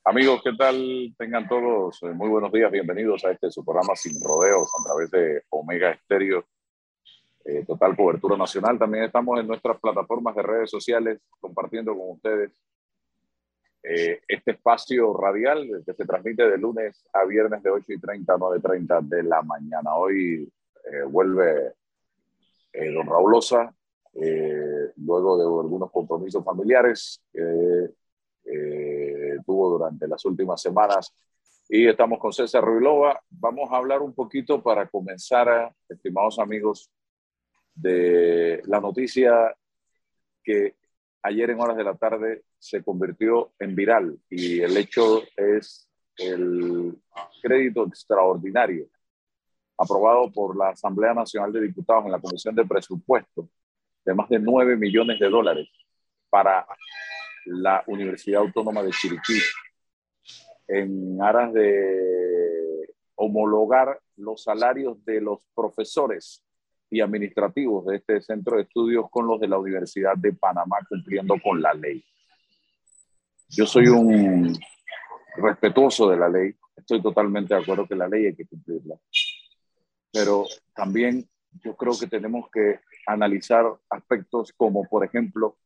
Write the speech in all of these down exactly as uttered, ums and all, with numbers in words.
Amigos, ¿qué tal? Tengan todos eh, muy buenos días, bienvenidos a este su programa Sin Rodeos a través de Omega Estéreo, eh, total cobertura nacional. También estamos en nuestras plataformas de redes sociales compartiendo con ustedes eh, este espacio radial que se transmite de lunes a viernes de ocho y treinta a nueve y treinta de la mañana. Hoy eh, vuelve eh, don Raúl Loza, eh, luego de algunos compromisos familiares que eh, tuvo durante las últimas semanas. Y estamos con César Ruilova. Vamos a hablar un poquito para comenzar, estimados amigos, de la noticia que ayer en horas de la tarde se convirtió en viral, y el hecho es el crédito extraordinario aprobado por la Asamblea Nacional de Diputados en la Comisión de Presupuesto de más de nueve millones de dólares para la Universidad Autónoma de Chiriquí, en aras de homologar los salarios de los profesores y administrativos de este centro de estudios con los de la Universidad de Panamá, cumpliendo con la ley. Yo soy un respetuoso de la ley, estoy totalmente de acuerdo que la ley hay que cumplirla, pero también yo creo que tenemos que analizar aspectos como, por ejemplo,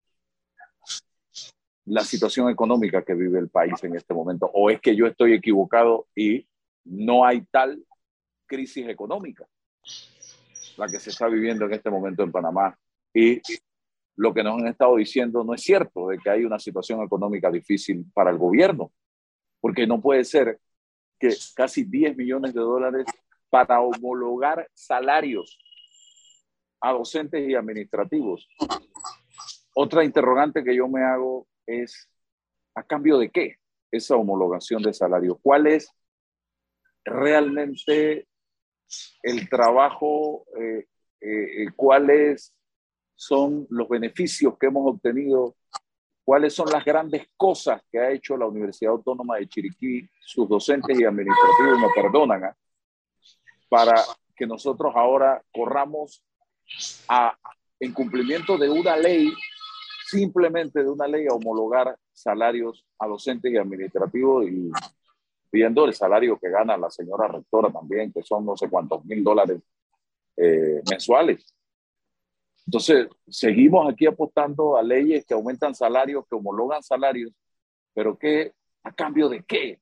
la situación económica que vive el país en este momento. ¿O es que yo estoy equivocado y no hay tal crisis económica la que se está viviendo en este momento en Panamá? Y lo que nos han estado diciendo no es cierto, de que hay una situación económica difícil para el gobierno, porque no puede ser que casi diez millones de dólares para homologar salarios a docentes y administrativos. Otra interrogante que yo me hago es, ¿a cambio de qué esa homologación de salario? ¿Cuál es realmente el trabajo? Eh, eh, ¿Cuáles son los beneficios que hemos obtenido? ¿Cuáles son las grandes cosas que ha hecho la Universidad Autónoma de Chiriquí, sus docentes y administrativos, me perdonan, ¿eh? para que nosotros ahora corramos a, en cumplimiento de una ley, simplemente de una ley, a homologar salarios a docentes y administrativos, y viendo el salario que gana la señora rectora también, que son no sé cuántos mil dólares eh, mensuales? Entonces, seguimos aquí apostando a leyes que aumentan salarios, que homologan salarios, pero ¿qué? ¿A cambio de qué?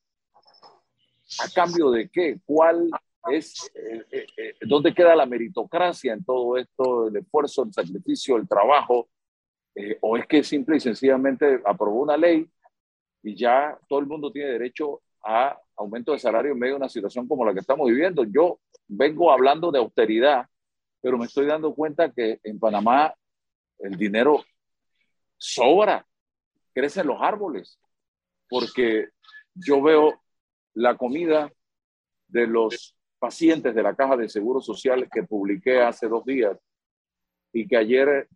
¿A cambio de qué? ¿Cuál es, eh, eh, eh, dónde queda la meritocracia en todo esto, el esfuerzo, el sacrificio, el trabajo? Eh, ¿O es que simple y sencillamente aprobó una ley y ya todo el mundo tiene derecho a aumento de salario en medio de una situación como la que estamos viviendo? Yo vengo hablando de austeridad, pero me estoy dando cuenta que en Panamá el dinero sobra, crecen los árboles, porque yo veo la comida de los pacientes de la Caja de Seguro Social que publiqué hace dos días, y que ayer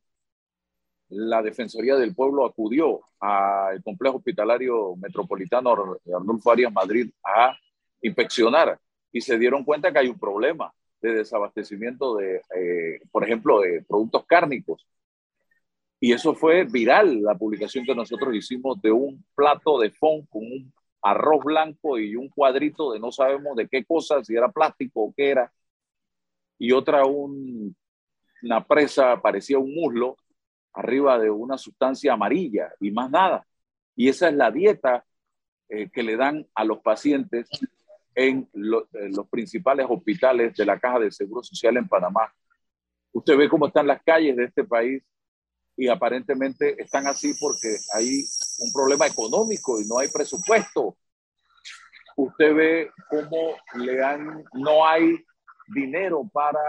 la Defensoría del Pueblo acudió al complejo hospitalario metropolitano Arnulfo Arias Madrid a inspeccionar, y se dieron cuenta que hay un problema de desabastecimiento de, eh, por ejemplo, de productos cárnicos. Y eso fue viral, la publicación que nosotros hicimos de un plato de fond con un arroz blanco y un cuadrito de no sabemos de qué cosa, si era plástico o qué era, y otra un, una presa, parecía un muslo, arriba de una sustancia amarilla y más nada. Y esa es la dieta eh, que le dan a los pacientes en, lo, en los principales hospitales de la Caja de Seguro Social en Panamá. Usted ve cómo están las calles de este país, y aparentemente están así porque hay un problema económico y no hay presupuesto. Usted ve cómo le han, no hay dinero para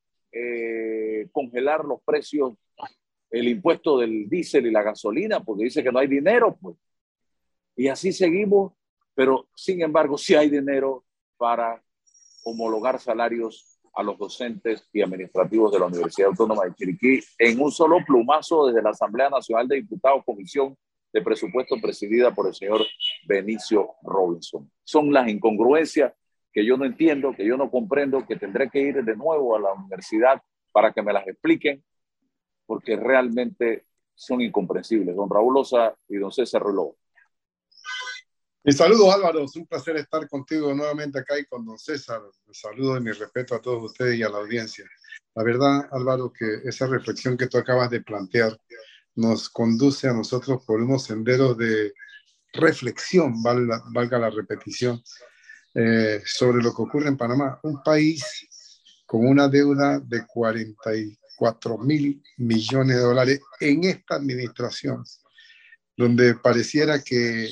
eh, congelar los precios, el impuesto del diésel y la gasolina, porque dice que no hay dinero, pues. Y así seguimos, pero sin embargo sí hay dinero para homologar salarios a los docentes y administrativos de la Universidad Autónoma de Chiriquí en un solo plumazo desde la Asamblea Nacional de Diputados, Comisión de Presupuesto presidida por el señor Benicio Robinson. Son las incongruencias que yo no entiendo, que yo no comprendo, que tendré que ir de nuevo a la universidad para que me las expliquen, porque realmente son incomprensibles. Don Raúl Loza y don César Ruilova. Mi saludo, Álvaro. Es un placer estar contigo nuevamente acá y con don César. Mi saludo y mi respeto a todos ustedes y a la audiencia. La verdad, Álvaro, que esa reflexión que tú acabas de plantear nos conduce a nosotros por unos senderos de reflexión, valga, valga la repetición, eh, sobre lo que ocurre en Panamá. Un país con una deuda de cuarenta y cuatro mil millones de dólares en esta administración, donde pareciera que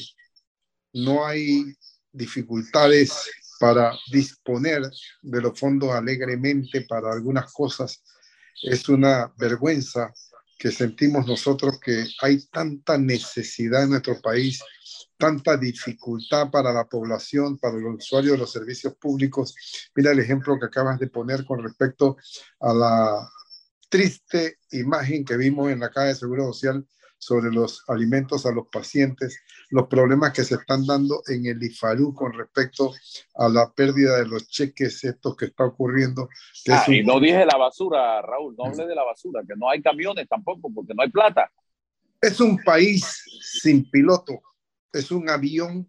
no hay dificultades para disponer de los fondos alegremente para algunas cosas. Es una vergüenza que sentimos nosotros, que hay tanta necesidad en nuestro país, tanta dificultad para la población, para los usuarios de los servicios públicos. Mira el ejemplo que acabas de poner con respecto a la triste imagen que vimos en la Caja de Seguro Social sobre los alimentos a los pacientes, los problemas que se están dando en el IFARU con respecto a la pérdida de los cheques, estos que está ocurriendo. Que Ah, es un... y no dije la basura, Raúl, no hablé de la basura, que no hay camiones tampoco, porque no hay plata. Es un país sin piloto, es un avión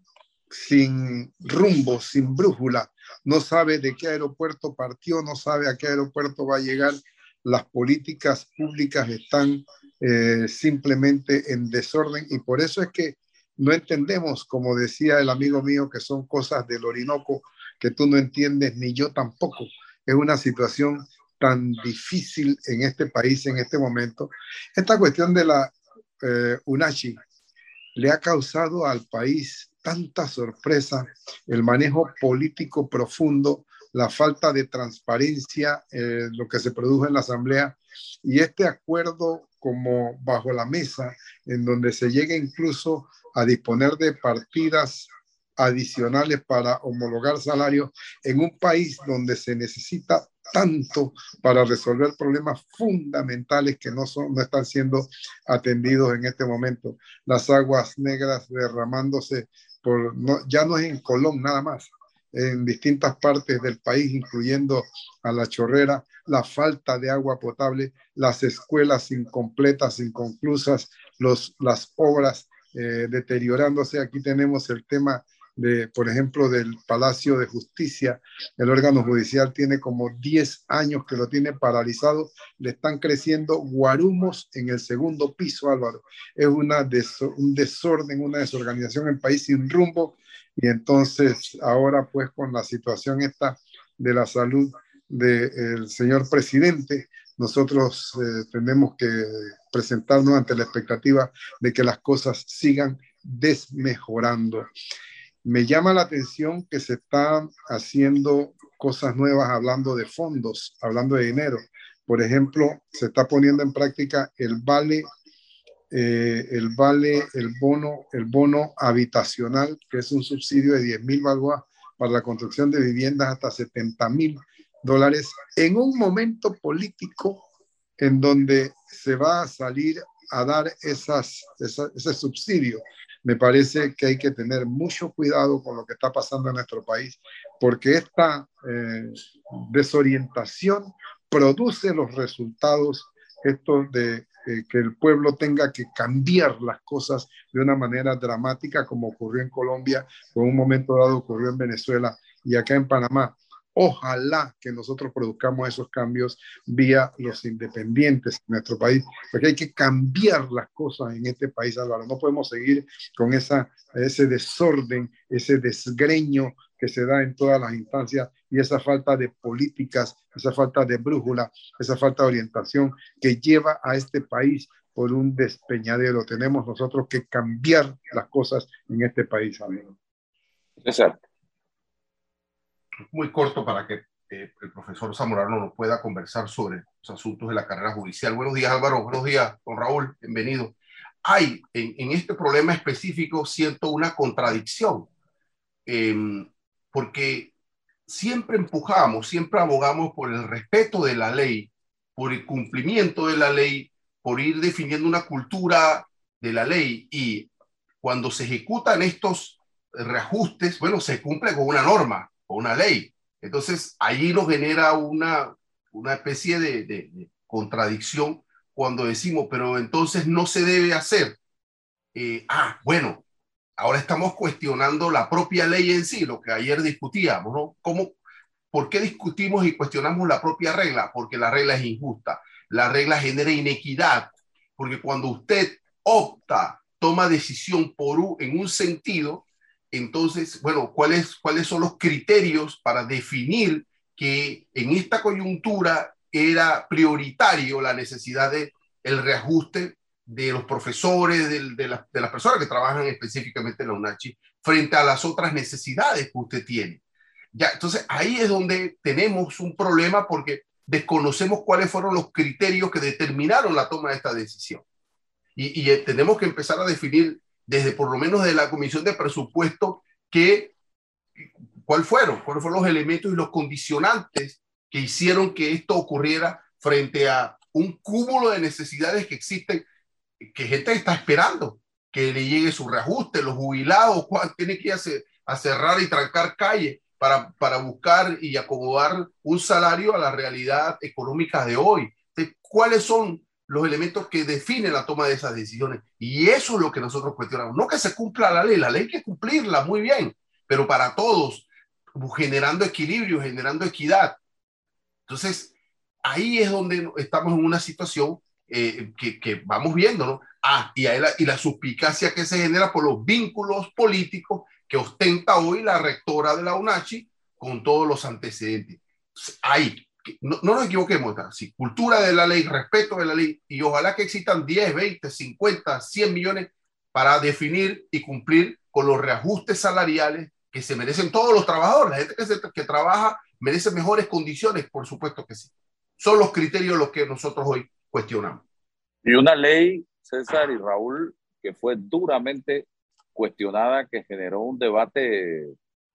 sin rumbo, sin brújula, no sabe de qué aeropuerto partió, no sabe a qué aeropuerto va a llegar. Las políticas públicas están eh, simplemente en desorden, y por eso es que no entendemos, como decía el amigo mío, que son cosas del Orinoco que tú no entiendes ni yo tampoco. Es una situación tan difícil en este país en este momento. Esta cuestión de la eh, UNACHI le ha causado al país tanta sorpresa, el manejo político profundo, la falta de transparencia, eh, lo que se produjo en la Asamblea, y este acuerdo como bajo la mesa, en donde se llega incluso a disponer de partidas adicionales para homologar salarios en un país donde se necesita tanto para resolver problemas fundamentales que no, son, no están siendo atendidos en este momento. Las aguas negras derramándose, por, no, ya no es en Colón nada más, en distintas partes del país, incluyendo a La Chorrera, la falta de agua potable, las escuelas incompletas, inconclusas, los, las obras eh, deteriorándose. Aquí tenemos el tema de, por ejemplo, del Palacio de Justicia. El órgano judicial tiene como diez años que lo tiene paralizado. Le están creciendo guarumos en el segundo piso, Álvaro. Es una des un desorden, una desorganización en el país sin rumbo. Y entonces ahora pues con la situación esta de la salud del señor presidente, nosotros eh, tenemos que presentarnos ante la expectativa de que las cosas sigan desmejorando. Me llama la atención que se están haciendo cosas nuevas hablando de fondos, hablando de dinero. Por ejemplo, se está poniendo en práctica el vale, eh, el vale, el bono, el bono habitacional, que es un subsidio de diez mil balboas para la construcción de viviendas hasta setenta mil dólares en un momento político en donde se va a salir a dar esas, esas, ese subsidio. Me parece que hay que tener mucho cuidado con lo que está pasando en nuestro país, porque esta eh, desorientación produce los resultados estos de eh, que el pueblo tenga que cambiar las cosas de una manera dramática, como ocurrió en Colombia, o en un momento dado ocurrió en Venezuela y acá en Panamá. Ojalá que nosotros produzcamos esos cambios vía los independientes en nuestro país, porque hay que cambiar las cosas en este país, Álvaro. No podemos seguir con esa, ese desorden, ese desgreño que se da en todas las instancias, y esa falta de políticas, esa falta de brújula, esa falta de orientación que lleva a este país por un despeñadero. Tenemos nosotros que cambiar las cosas en este país, amigo. Exacto. Muy corto para que eh, el profesor Zamorano nos pueda conversar sobre los asuntos de la carrera judicial. Buenos días, Álvaro. Buenos días, don Raúl. Bienvenido. Hay, en, en este problema específico, siento una contradicción, eh, porque siempre empujamos, siempre abogamos por el respeto de la ley, por el cumplimiento de la ley, por ir definiendo una cultura de la ley, y cuando se ejecutan estos reajustes, bueno, se cumple con una norma, con una ley. Entonces, allí nos genera una, una especie de, de, de contradicción cuando decimos, pero entonces no se debe hacer. Eh, ah, bueno, ahora estamos cuestionando la propia ley en sí, lo que ayer discutíamos, ¿no? ¿Cómo, ¿Por qué discutimos y cuestionamos la propia regla? Porque la regla es injusta, la regla genera inequidad, porque cuando usted opta, toma decisión por un, en un sentido, entonces, bueno, ¿cuáles, ¿cuáles son los criterios para definir que en esta coyuntura era prioritario la necesidad de el reajuste de los profesores, de, de, la, de las personas que trabajan específicamente en la UNACHI, frente a las otras necesidades que usted tiene? Ya, entonces ahí es donde tenemos un problema porque desconocemos cuáles fueron los criterios que determinaron la toma de esta decisión. Y, y tenemos que empezar a definir desde por lo menos de la Comisión de Presupuesto que, cuáles fueron, cuáles fueron los elementos y los condicionantes que hicieron que esto ocurriera frente a un cúmulo de necesidades que existen, que gente está esperando que le llegue su reajuste, los jubilados tienen que ir a, a cerrar y trancar calles para, para buscar y acomodar un salario a la realidad económica de hoy. Entonces, ¿cuáles son los elementos que definen la toma de esas decisiones? Y eso es lo que nosotros cuestionamos. No que se cumpla la ley, la ley hay que cumplirla muy bien, pero para todos, generando equilibrio, generando equidad. Entonces, ahí es donde estamos en una situación eh, que, que vamos viendo, ¿no? Ah, y, ahí la, y la suspicacia que se genera por los vínculos políticos que ostenta hoy la rectora de la UNACHI con todos los antecedentes. Entonces, ahí, no, no nos equivoquemos, sí, cultura de la ley, respeto de la ley, y ojalá que existan diez, veinte, cincuenta, cien millones para definir y cumplir con los reajustes salariales que se merecen todos los trabajadores. La gente que, se, que trabaja merece mejores condiciones, por supuesto que sí. Son los criterios los que nosotros hoy cuestionamos. Y una ley, César y Raúl, que fue duramente cuestionada, que generó un debate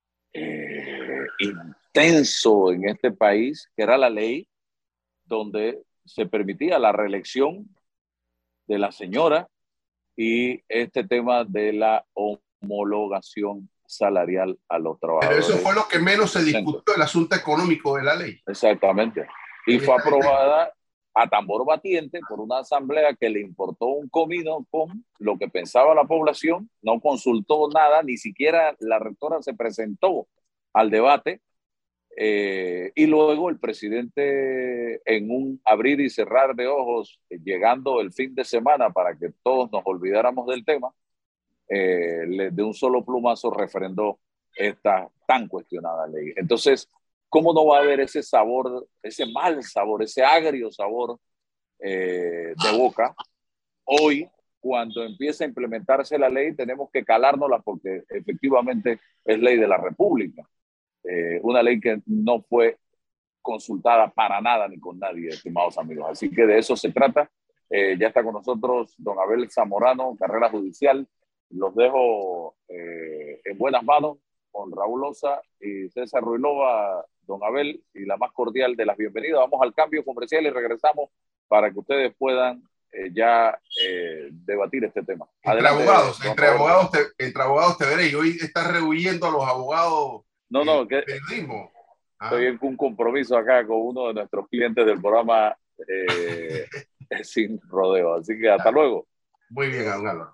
eh, intenso en este país, que era la ley donde se permitía la reelección de la señora y este tema de la homologación salarial a los trabajadores. Pero eso fue lo que menos se discutió, el asunto económico de la ley. Exactamente. Y fue aprobada a tambor batiente por una asamblea que le importó un comino con lo que pensaba la población, no consultó nada, ni siquiera la rectora se presentó al debate, eh, y luego el presidente, en un abrir y cerrar de ojos, llegando el fin de semana para que todos nos olvidáramos del tema, eh, de un solo plumazo refrendó esta tan cuestionada ley. Entonces, ¿cómo no va a haber ese sabor, ese mal sabor, ese agrio sabor eh, de boca? Hoy, cuando empieza a implementarse la ley, tenemos que calárnosla porque efectivamente es ley de la República. Eh, una ley que no fue consultada para nada ni con nadie, estimados amigos. Así que de eso se trata. Eh, ya está con nosotros don Abel Zamorano, carrera judicial. Los dejo eh, en buenas manos con Raúl Osa y César Ruilova, don Abel, y la más cordial de las bienvenidas. Vamos al cambio comercial y regresamos para que ustedes puedan eh, ya eh, debatir este tema. Entre Adelante, abogados, entre abogados, te, entre abogados te veré. Y hoy estás rehuyendo a los abogados. No, no, que periodismo. Ah. Estoy en un compromiso acá con uno de nuestros clientes del programa eh, Sin Rodeo. Así que hasta luego. Muy bien, Álvaro.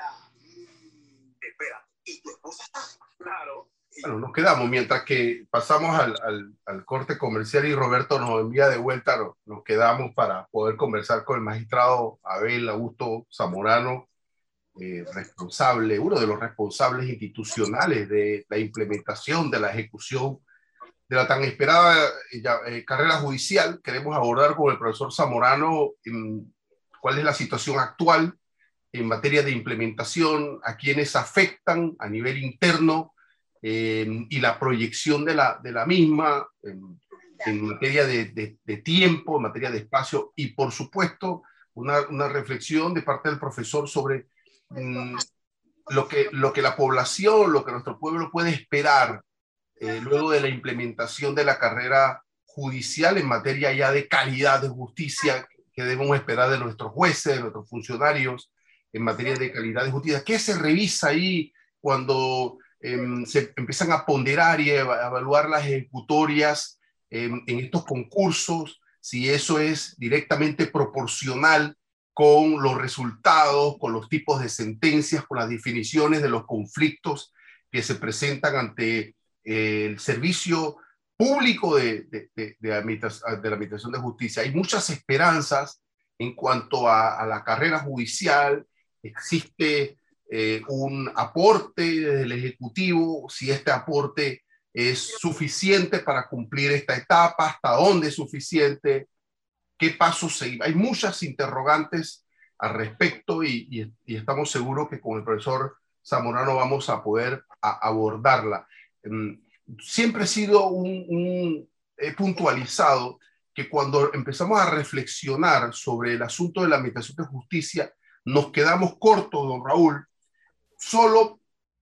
Espera, ¿y tu esposa está? Claro. Bueno, nos quedamos mientras que pasamos al, al, al corte comercial y Roberto nos envía de vuelta, nos, nos quedamos para poder conversar con el magistrado Abel Augusto Zamorano, eh, responsable, uno de los responsables institucionales de la implementación, de la ejecución de la tan esperada eh, carrera judicial. Queremos abordar con el profesor Zamorano en, cuál es la situación actual en materia de implementación, a quienes afectan a nivel interno, eh, y la proyección de la, de la misma en, en materia de, de, de tiempo, en materia de espacio, y por supuesto una, una reflexión de parte del profesor sobre mm, lo, que, lo que la población, lo que nuestro pueblo puede esperar eh, luego de la implementación de la carrera judicial en materia ya de calidad de justicia que debemos esperar de nuestros jueces, de nuestros funcionarios, en materia de calidad de justicia. ¿Qué se revisa ahí cuando eh, se empiezan a ponderar y a evaluar las ejecutorias eh, en estos concursos? Si eso es directamente proporcional con los resultados, con los tipos de sentencias, con las definiciones de los conflictos que se presentan ante eh, el servicio público de, de, de, de, la de la Administración de Justicia. Hay muchas esperanzas en cuanto a, a la carrera judicial. Existe eh, un aporte del Ejecutivo, si este aporte es suficiente para cumplir esta etapa, hasta dónde es suficiente, qué pasos seguir. Hay muchas interrogantes al respecto y, y, y estamos seguros que con el profesor Zamorano vamos a poder a, abordarla. Um, siempre he sido un, un he puntualizado que cuando empezamos a reflexionar sobre el asunto de la Administración de Justicia, nos quedamos cortos, don Raúl, solo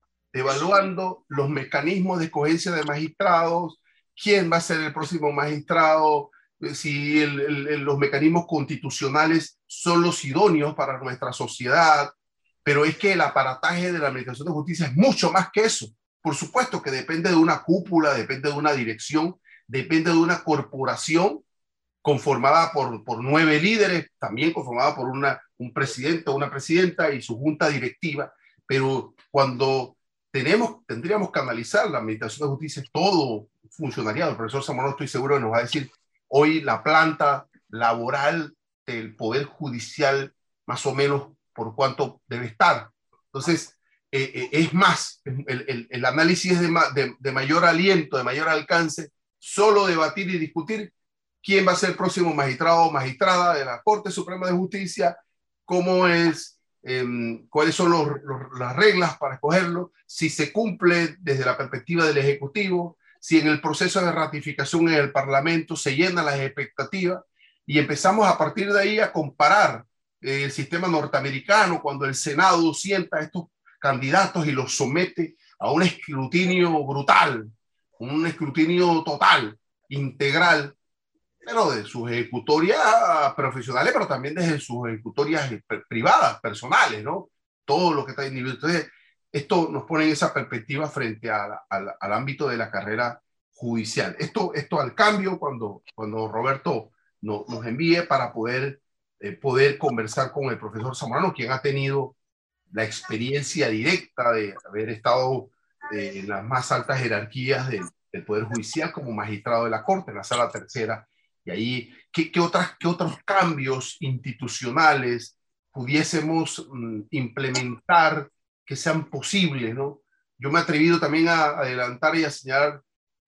evaluando los mecanismos de escogencia de magistrados, quién va a ser el próximo magistrado, si el, el, los mecanismos constitucionales son los idóneos para nuestra sociedad, pero es que el aparataje de la Administración de Justicia es mucho más que eso. Por supuesto que depende de una cúpula, depende de una dirección, depende de una corporación conformada por, por nueve líderes, también conformada por una, un presidente o una presidenta y su junta directiva, pero cuando tenemos, tendríamos que analizar la Administración de Justicia, todo funcionariado. El profesor Zamorano estoy seguro que nos va a decir hoy la planta laboral del Poder Judicial, más o menos por cuánto debe estar. Entonces, eh, eh, es más, el, el, el análisis es de, ma, de, de mayor aliento, de mayor alcance, solo debatir y discutir quién va a ser el próximo magistrado o magistrada de la Corte Suprema de Justicia, cómo es, eh, cuáles son los, los, las reglas para escogerlo, si se cumple desde la perspectiva del Ejecutivo, si en el proceso de ratificación en el Parlamento se llenan las expectativas, y empezamos a partir de ahí a comparar eh, el sistema norteamericano, cuando el Senado sienta a estos candidatos y los somete a un escrutinio brutal, un escrutinio total, integral, pero de sus ejecutorias profesionales, pero también desde sus ejecutorias privadas, personales, ¿no? Todo lo que está individual. Entonces, esto nos pone en esa perspectiva frente a la, al, al ámbito de la carrera judicial. Esto, esto al cambio, cuando, cuando Roberto no, nos envíe para poder, eh, poder conversar con el profesor Zamorano, quien ha tenido la experiencia directa de haber estado eh, en las más altas jerarquías del, del Poder Judicial como magistrado de la Corte, en la Sala Tercera. Y ahí, ¿qué, qué, otras, qué otros cambios institucionales pudiésemos mm, implementar que sean posibles, ¿no? Yo me he atrevido también a adelantar y a señalar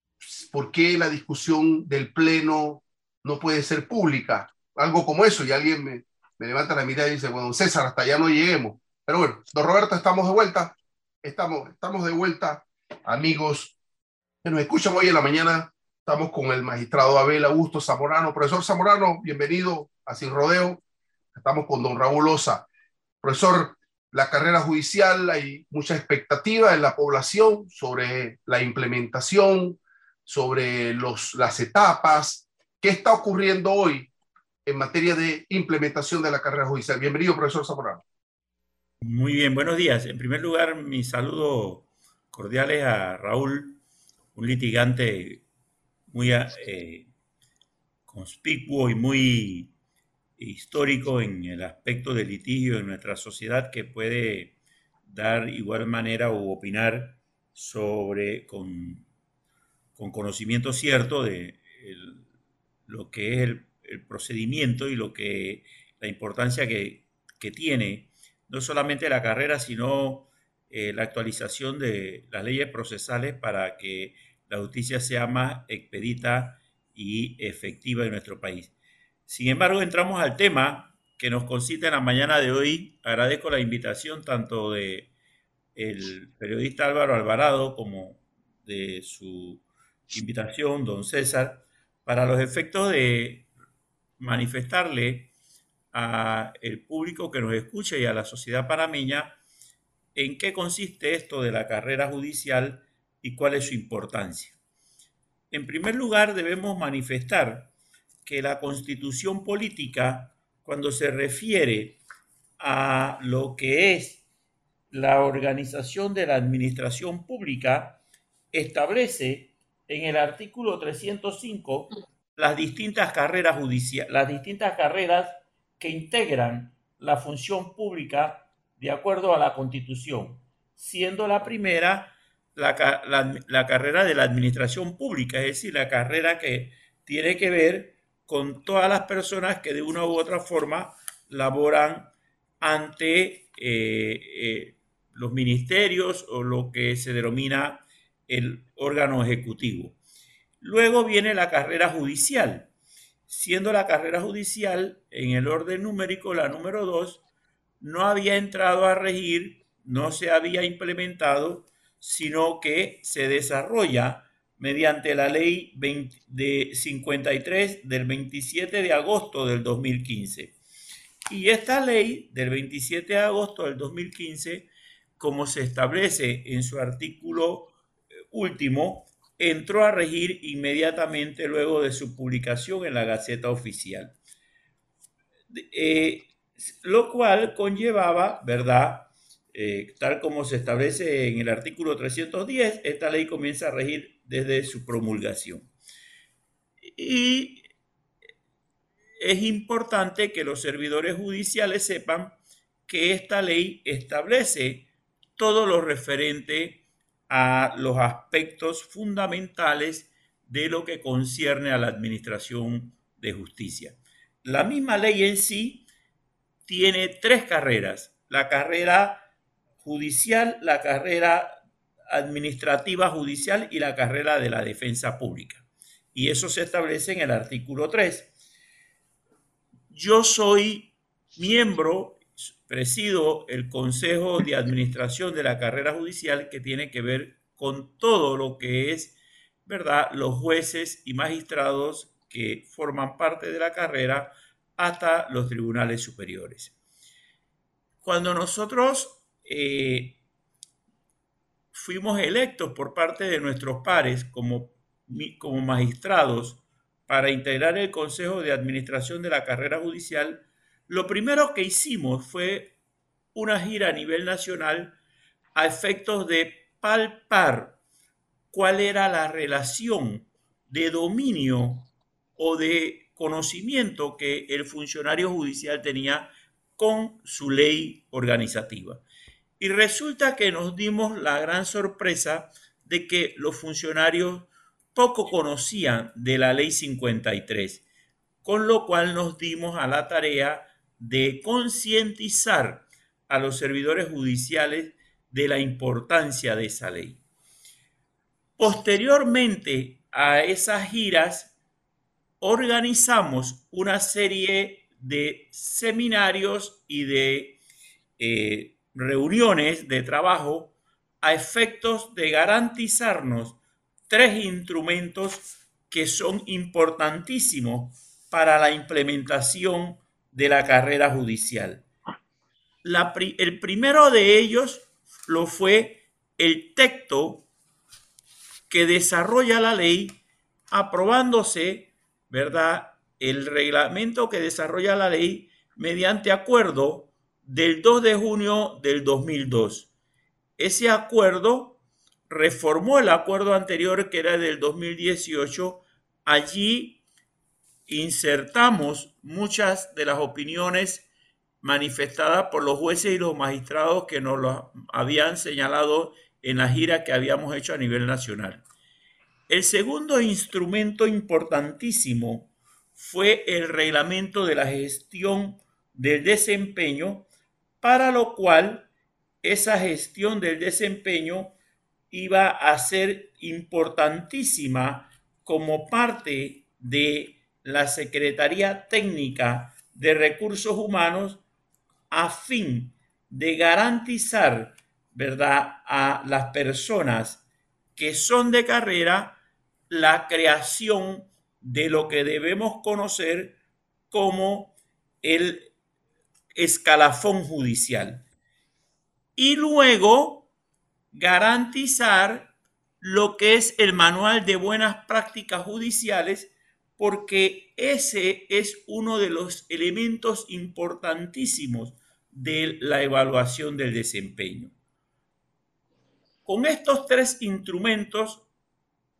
por qué la discusión del Pleno no puede ser pública, algo como eso, y alguien me, me levanta la mirada y dice, bueno, César, hasta allá no lleguemos. Pero bueno, don Roberto, estamos de vuelta, estamos, estamos de vuelta, amigos que nos escuchan hoy en la mañana. Estamos con el magistrado Abel Augusto Zamorano. Profesor Zamorano, bienvenido a Sin Rodeo. Estamos con don Raúl Osa. Profesor, la carrera judicial, hay mucha expectativa en la población sobre la implementación, sobre los, las etapas. ¿Qué está ocurriendo hoy en materia de implementación de la carrera judicial? Bienvenido, profesor Zamorano. Muy bien, buenos días. En primer lugar, mis saludos cordiales a Raúl, un litigante muy eh, conspicuo y muy histórico en el aspecto del litigio en nuestra sociedad, que puede dar igual manera o opinar sobre, con, con conocimiento cierto de el, lo que es el, el procedimiento y lo que, la importancia que, que tiene no solamente la carrera, sino eh, la actualización de las leyes procesales para que la justicia sea más expedita y efectiva en nuestro país. Sin embargo, entramos al tema que nos concita en la mañana de hoy. Agradezco la invitación tanto de el periodista Álvaro Alvarado como de su invitación, don César, para los efectos de manifestarle al público que nos escucha y a la sociedad panameña en qué consiste esto de la carrera judicial y cuál es su importancia. En primer lugar, debemos manifestar que la Constitución política, cuando se refiere a lo que es la organización de la administración pública, establece en el artículo trescientos cinco las distintas carreras judiciales, las distintas carreras que integran la función pública de acuerdo a la Constitución, siendo la primera la, la, la carrera de la administración pública, es decir, la carrera que tiene que ver con todas las personas que de una u otra forma laboran ante eh, eh, los ministerios o lo que se denomina el órgano ejecutivo. Luego viene la carrera judicial, siendo la carrera judicial en el orden numérico la número dos, no había entrado a regir, no se había implementado, sino que se desarrolla mediante la ley veinte, de cincuenta y tres del veintisiete de agosto del dos mil quince. Y esta ley del veintisiete de agosto del dos mil quince, como se establece en su artículo último, entró a regir inmediatamente luego de su publicación en la Gaceta Oficial. Eh, lo cual conllevaba, ¿verdad? Eh, tal como se establece en el artículo trescientos diez, esta ley comienza a regir desde su promulgación. Y es importante que los servidores judiciales sepan que esta ley establece todo lo referente a los aspectos fundamentales de lo que concierne a la administración de justicia. La misma ley en sí tiene tres carreras: la carrera judicial, la carrera administrativa judicial y la carrera de la defensa pública. Y eso se establece en el artículo tres. Yo soy miembro, presido el Consejo de Administración de la carrera judicial, que tiene que ver con todo lo que es, ¿verdad?, los jueces y magistrados que forman parte de la carrera hasta los tribunales superiores. Cuando nosotros eh, fuimos electos por parte de nuestros pares como, como magistrados para integrar el Consejo de Administración de la carrera judicial, lo primero que hicimos fue una gira a nivel nacional a efectos de palpar cuál era la relación de dominio o de conocimiento que el funcionario judicial tenía con su ley organizativa. Y resulta que nos dimos la gran sorpresa de que los funcionarios poco conocían de la ley cincuenta y tres, con lo cual nos dimos a la tarea de concientizar a los servidores judiciales de la importancia de esa ley. Posteriormente a esas giras, organizamos una serie de seminarios y de eh, reuniones de trabajo a efectos de garantizarnos tres instrumentos que son importantísimos para la implementación de la carrera judicial. La, el primero de ellos lo fue el texto que desarrolla la ley, aprobándose, ¿verdad?, el reglamento que desarrolla la ley mediante acuerdo del dos de junio del dos mil dos. Ese acuerdo reformó el acuerdo anterior, que era del dos mil dieciocho. Allí insertamos muchas de las opiniones manifestadas por los jueces y los magistrados que nos lo habían señalado en la gira que habíamos hecho a nivel nacional. El segundo instrumento importantísimo fue el reglamento de la gestión del desempeño, para lo cual esa gestión del desempeño iba a ser importantísima como parte de la Secretaría Técnica de Recursos Humanos, a fin de garantizar, ¿verdad?, a las personas que son de carrera la creación de lo que debemos conocer como el escalafón judicial. Y luego garantizar lo que es el manual de buenas prácticas judiciales, porque ese es uno de los elementos importantísimos de la evaluación del desempeño. Con estos tres instrumentos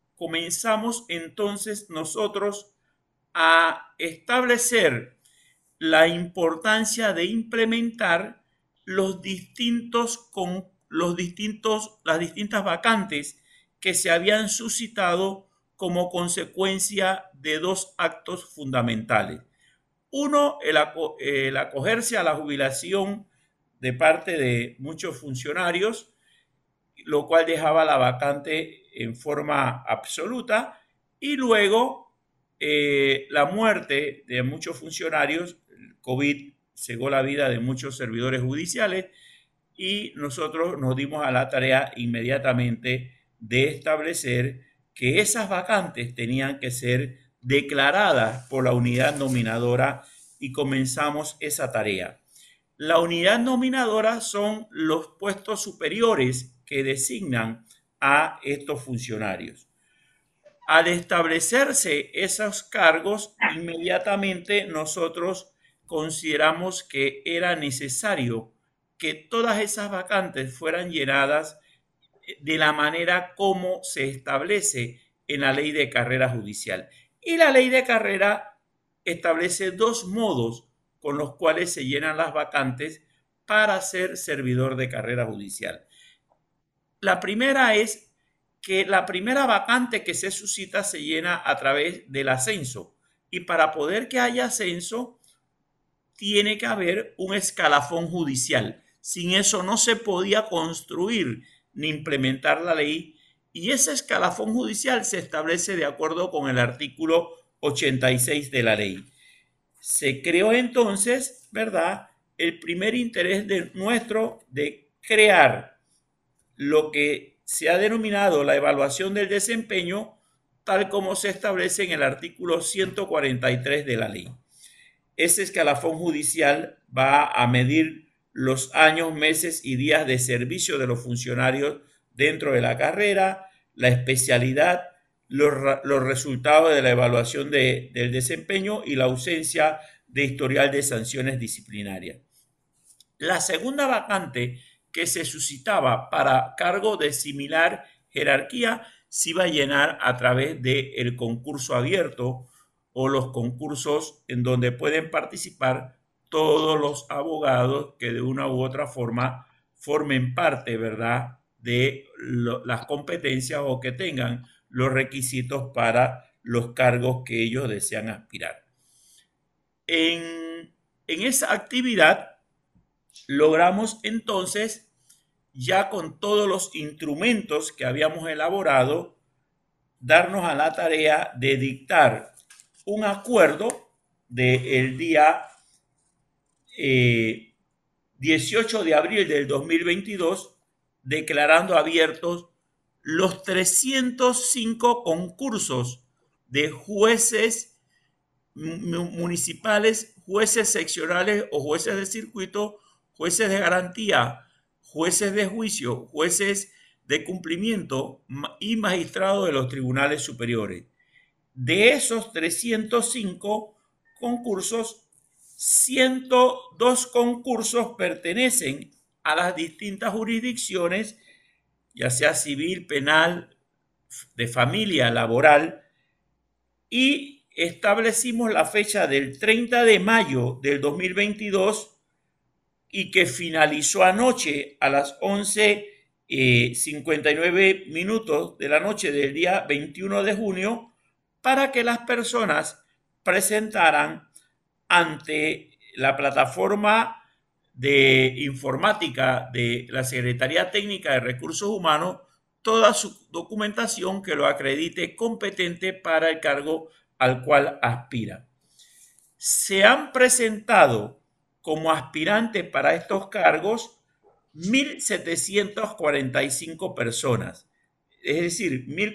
comenzamos entonces nosotros a establecer la importancia de implementar los distintos, con, los distintos, las distintas vacantes que se habían suscitado como consecuencia de dos actos fundamentales. Uno, el, aco el acogerse a la jubilación de parte de muchos funcionarios, lo cual dejaba la vacante en forma absoluta, y luego eh, la muerte de muchos funcionarios. El COVID cegó la vida de muchos servidores judiciales y nosotros nos dimos a la tarea inmediatamente de establecer que esas vacantes tenían que ser declaradas por la unidad nominadora y comenzamos esa tarea. La unidad nominadora son los puestos superiores que designan a estos funcionarios. Al establecerse esos cargos, inmediatamente nosotros consideramos que era necesario que todas esas vacantes fueran llenadas de la manera como se establece en la ley de carrera judicial. Y la ley de carrera establece dos modos con los cuales se llenan las vacantes para ser servidor de carrera judicial. La primera es que la primera vacante que se suscita se llena a través del ascenso, y para poder que haya ascenso tiene que haber un escalafón judicial. Sin eso no se podía construir ni implementar la ley, y ese escalafón judicial se establece de acuerdo con el artículo ochenta y seis de la ley. Se creó entonces, ¿verdad?, el primer interés de nuestro de crear lo que se ha denominado la evaluación del desempeño, tal como se establece en el artículo ciento cuarenta y tres de la ley. Ese escalafón judicial va a medir los años, meses y días de servicio de los funcionarios dentro de la carrera, la especialidad, los, los resultados de la evaluación de, del desempeño y la ausencia de historial de sanciones disciplinarias. La segunda vacante que se suscitaba para cargo de similar jerarquía se iba a llenar a través del concurso abierto o los concursos en donde pueden participar todos los abogados que de una u otra forma formen parte, ¿verdad?, de lo, las competencias o que tengan los requisitos para los cargos que ellos desean aspirar. En, en esa actividad logramos entonces, ya con todos los instrumentos que habíamos elaborado, darnos a la tarea de dictar un acuerdo del día eh, dieciocho de abril del dos mil veintidós, declarando abiertos los trescientos cinco concursos de jueces municipales, jueces seccionales o jueces de circuito, jueces de garantía, jueces de juicio, jueces de cumplimiento y magistrados de los tribunales superiores. De esos trescientos cinco concursos, ciento dos concursos pertenecen a las distintas jurisdicciones, ya sea civil, penal, de familia, laboral, y establecimos la fecha del treinta de mayo del dos mil veintidós y que finalizó anoche a las once cincuenta y nueve minutos de la noche del día veintiuno de junio, para que las personas presentaran ante la plataforma de informática de la Secretaría Técnica de Recursos Humanos toda su documentación que lo acredite competente para el cargo al cual aspira. Se han presentado como aspirantes para estos cargos mil setecientas cuarenta y cinco personas, es decir, mil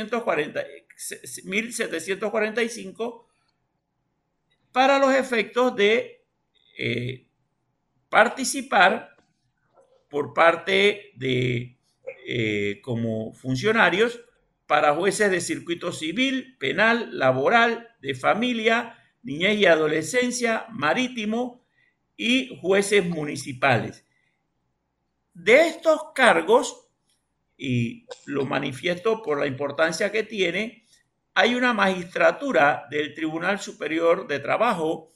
setecientos cuarenta y cinco para los efectos de eh, participar por parte de eh, como funcionarios para jueces de circuito civil, penal, laboral, de familia, niñez y adolescencia, marítimo y jueces municipales. De estos cargos, y lo manifiesto por la importancia que tiene, hay una magistratura del Tribunal Superior de Trabajo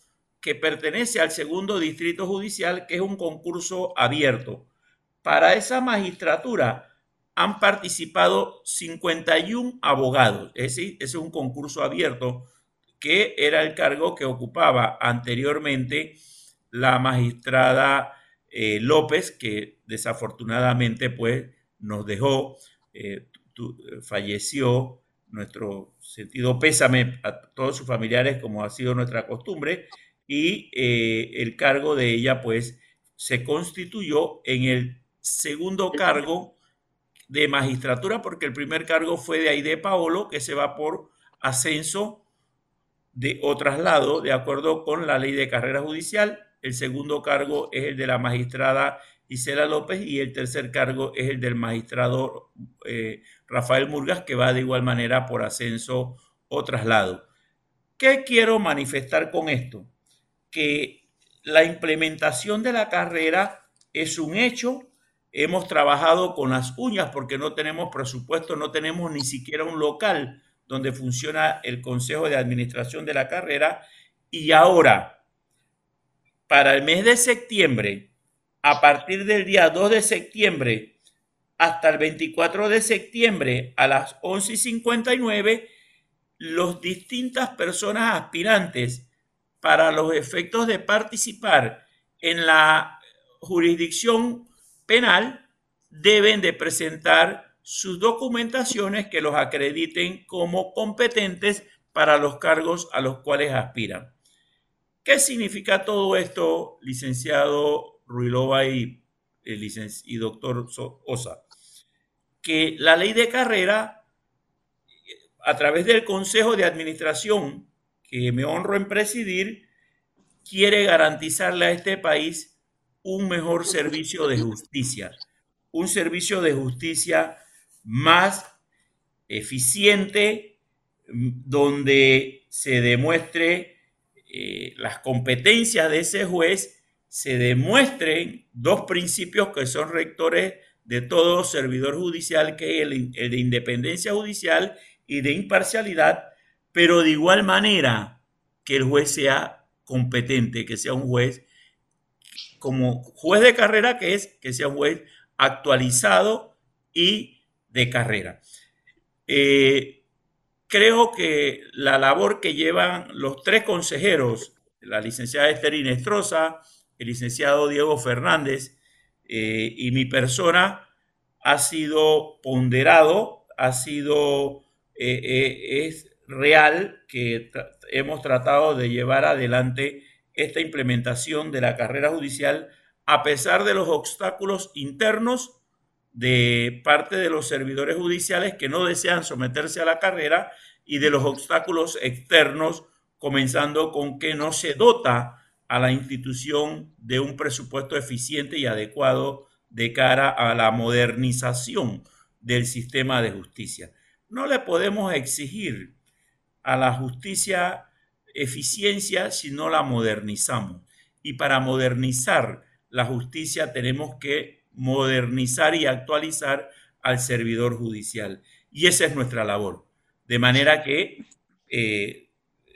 que pertenece al segundo distrito judicial, que es un concurso abierto. Para esa magistratura han participado cincuenta y uno abogados, es decir, ese es un concurso abierto, que era el cargo que ocupaba anteriormente la magistrada eh, López, que desafortunadamente pues nos dejó, eh, tu, falleció. Nuestro sentido pésame a todos sus familiares, como ha sido nuestra costumbre, y eh, el cargo de ella pues se constituyó en el segundo cargo de magistratura, porque el primer cargo fue de Aide Paolo, que se va por ascenso de, o traslado de acuerdo con la ley de carrera judicial. El segundo cargo es el de la magistrada Isela López y el tercer cargo es el del magistrado eh, Rafael Murgas, que va de igual manera por ascenso o traslado. ¿Qué quiero manifestar con esto? Que la implementación de la carrera es un hecho. Hemos trabajado con las uñas porque no tenemos presupuesto, no tenemos ni siquiera un local donde funciona el Consejo de Administración de la carrera. Y ahora, para el mes de septiembre, a partir del día dos de septiembre hasta el veinticuatro de septiembre a las once y cincuenta y nueve, las distintas personas aspirantes para los efectos de participar en la jurisdicción penal deben de presentar sus documentaciones que los acrediten como competentes para los cargos a los cuales aspiran. ¿Qué significa todo esto, licenciado Ruilova y, eh, licenci- y doctor Osa? Que la ley de carrera, a través del Consejo de Administración, que me honro en presidir, quiere garantizarle a este país un mejor servicio de justicia, un servicio de justicia más eficiente, donde se demuestre eh, las competencias de ese juez, se demuestren dos principios que son rectores de todo servidor judicial, que es el, el de independencia judicial y de imparcialidad, pero de igual manera que el juez sea competente, que sea un juez como juez de carrera, que es que sea un juez actualizado y de carrera. Eh, creo que la labor que llevan los tres consejeros, la licenciada Esther Inestrosa, el licenciado Diego Fernández eh, y mi persona, ha sido ponderado, ha sido, eh, eh, es real que tra hemos tratado de llevar adelante esta implementación de la carrera judicial a pesar de los obstáculos internos de parte de los servidores judiciales que no desean someterse a la carrera y de los obstáculos externos, comenzando con que no se dota a la institución de un presupuesto eficiente y adecuado de cara a la modernización del sistema de justicia. No le podemos exigir a la justicia eficiencia si no la modernizamos. Y para modernizar la justicia tenemos que modernizar y actualizar al servidor judicial. Y esa es nuestra labor. De manera que eh,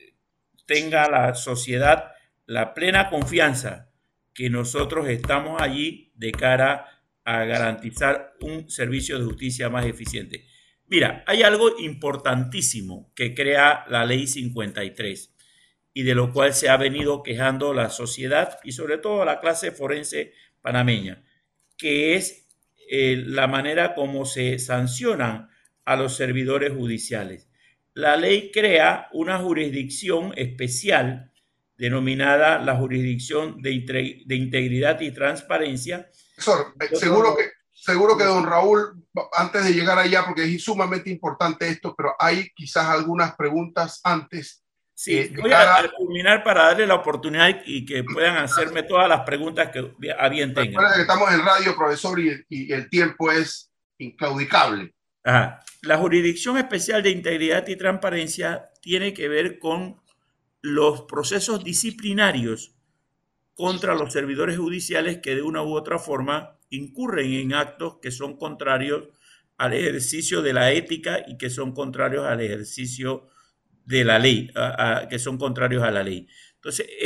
tenga la sociedad la plena confianza que nosotros estamos allí de cara a garantizar un servicio de justicia más eficiente. Mira, hay algo importantísimo que crea la ley cincuenta y tres y de lo cual se ha venido quejando la sociedad y sobre todo la clase forense panameña, que es eh, la manera como se sancionan a los servidores judiciales. La ley crea una jurisdicción especial denominada la Jurisdicción de, de Integridad y Transparencia. Profesor, seguro que, seguro que don Raúl, antes de llegar allá, porque es sumamente importante esto, pero hay quizás algunas preguntas antes. Sí, eh, voy cara... a culminar para darle la oportunidad y que puedan hacerme todas las preguntas que a bien tengan. Recuerda que estamos en radio, profesor, y, y el tiempo es inclaudicable. Ajá. La Jurisdicción Especial de Integridad y Transparencia tiene que ver con los procesos disciplinarios contra los servidores judiciales que de una u otra forma incurren en actos que son contrarios al ejercicio de la ética y que son contrarios al ejercicio de la ley, a, a, que son contrarios a la ley. Entonces, es,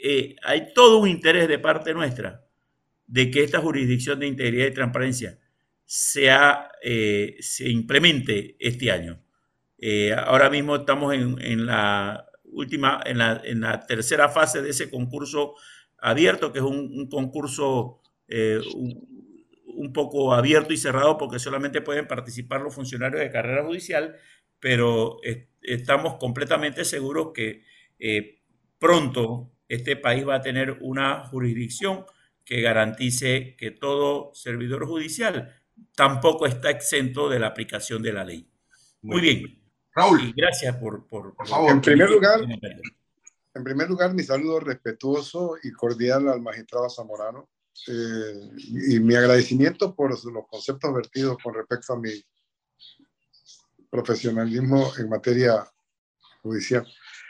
eh, hay todo un interés de parte nuestra de que esta jurisdicción de integridad y transparencia sea, eh, se implemente este año. Eh, ahora mismo estamos en, en la última, en la, en la tercera fase de ese concurso abierto, que es un, un concurso eh, un, un poco abierto y cerrado porque solamente pueden participar los funcionarios de carrera judicial, pero eh, estamos completamente seguros que eh, pronto este país va a tener una jurisdicción que garantice que todo servidor judicial tampoco está exento de la aplicación de la ley. Muy, Muy bien. Raúl. Y gracias por, por, por favor. En primer lugar, en primer lugar, mi saludo respetuoso y cordial al magistrado Zamorano eh, y mi agradecimiento por los conceptos vertidos con respecto a mi profesionalismo en materia judicial.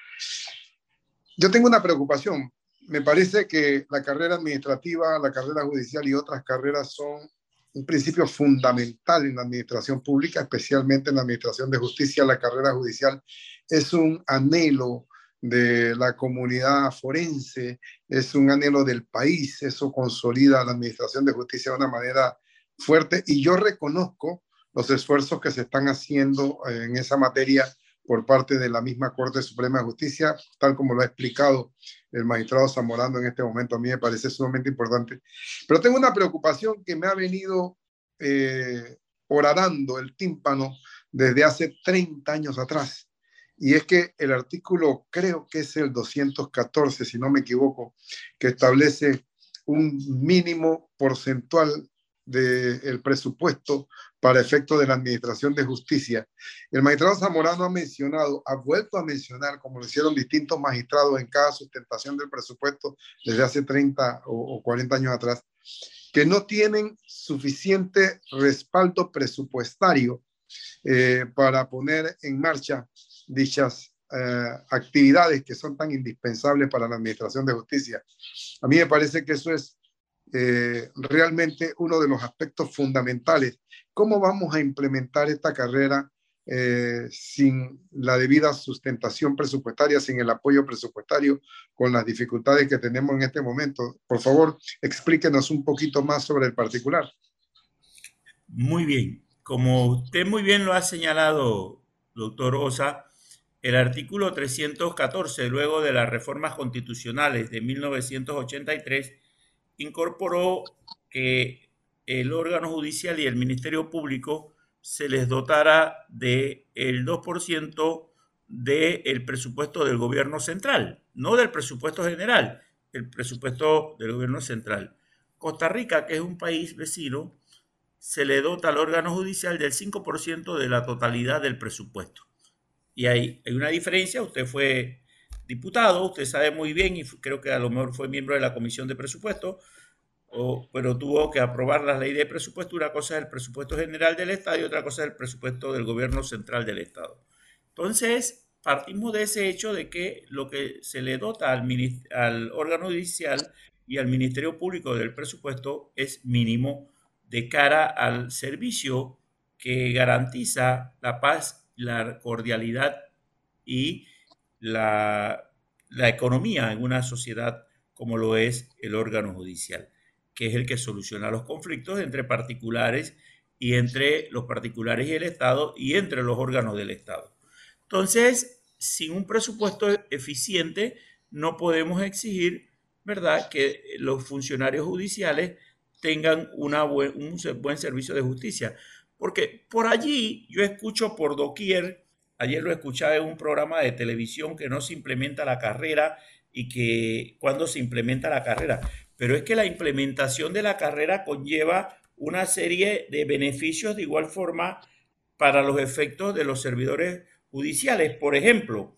Yo tengo una preocupación. Me parece que la carrera administrativa, la carrera judicial y otras carreras son un principio fundamental en la administración pública, especialmente en la administración de justicia. La carrera judicial es un anhelo de la comunidad forense, es un anhelo del país, eso consolida la administración de justicia de una manera fuerte y yo reconozco los esfuerzos que se están haciendo en esa materia por parte de la misma Corte Suprema de Justicia, tal como lo ha explicado el magistrado Zamorano en este momento. A mí me parece sumamente importante. Pero tengo una preocupación que me ha venido eh, horadando el tímpano desde hace treinta años atrás. Y es que el artículo, creo que es el doscientos catorce, si no me equivoco, que establece un mínimo porcentual del presupuesto para efecto de la administración de justicia. El magistrado Zamorano ha mencionado, ha vuelto a mencionar, como lo hicieron distintos magistrados en cada sustentación del presupuesto desde hace treinta o cuarenta años atrás, que no tienen suficiente respaldo presupuestario eh, para poner en marcha dichas eh, actividades que son tan indispensables para la administración de justicia. A mí me parece que eso es Eh, realmente uno de los aspectos fundamentales. ¿Cómo vamos a implementar esta carrera eh, sin la debida sustentación presupuestaria, sin el apoyo presupuestario, con las dificultades que tenemos en este momento? Por favor, explíquenos un poquito más sobre el particular. Muy bien. Como usted muy bien lo ha señalado, doctor Osa, el artículo trescientos catorce, luego de las reformas constitucionales de mil novecientos ochenta y tres, incorporó que el órgano judicial y el Ministerio Público se les dotara del dos por ciento del presupuesto del gobierno central, no del presupuesto general, el presupuesto del gobierno central. Costa Rica, que es un país vecino, se le dota al órgano judicial del cinco por ciento de la totalidad del presupuesto. Y hay, hay una diferencia. Usted fue diputado, usted sabe muy bien, y creo que a lo mejor fue miembro de la Comisión de Presupuesto, o, pero tuvo que aprobar la ley de presupuesto. Una cosa es el presupuesto general del Estado y otra cosa es el presupuesto del gobierno central del Estado. Entonces, partimos de ese hecho de que lo que se le dota al, al órgano judicial y al Ministerio Público del presupuesto es mínimo de cara al servicio que garantiza la paz, la cordialidad y La, la economía en una sociedad como lo es el órgano judicial, que es el que soluciona los conflictos entre particulares y entre los particulares y el Estado y entre los órganos del Estado. Entonces, sin un presupuesto eficiente, no podemos exigir, ¿verdad?, que los funcionarios judiciales tengan una buen, un buen servicio de justicia. Porque por allí yo escucho por doquier. Ayer lo escuchaba en un programa de televisión que no se implementa la carrera y que cuando se implementa la carrera. Pero es que la implementación de la carrera conlleva una serie de beneficios de igual forma para los efectos de los servidores judiciales. Por ejemplo,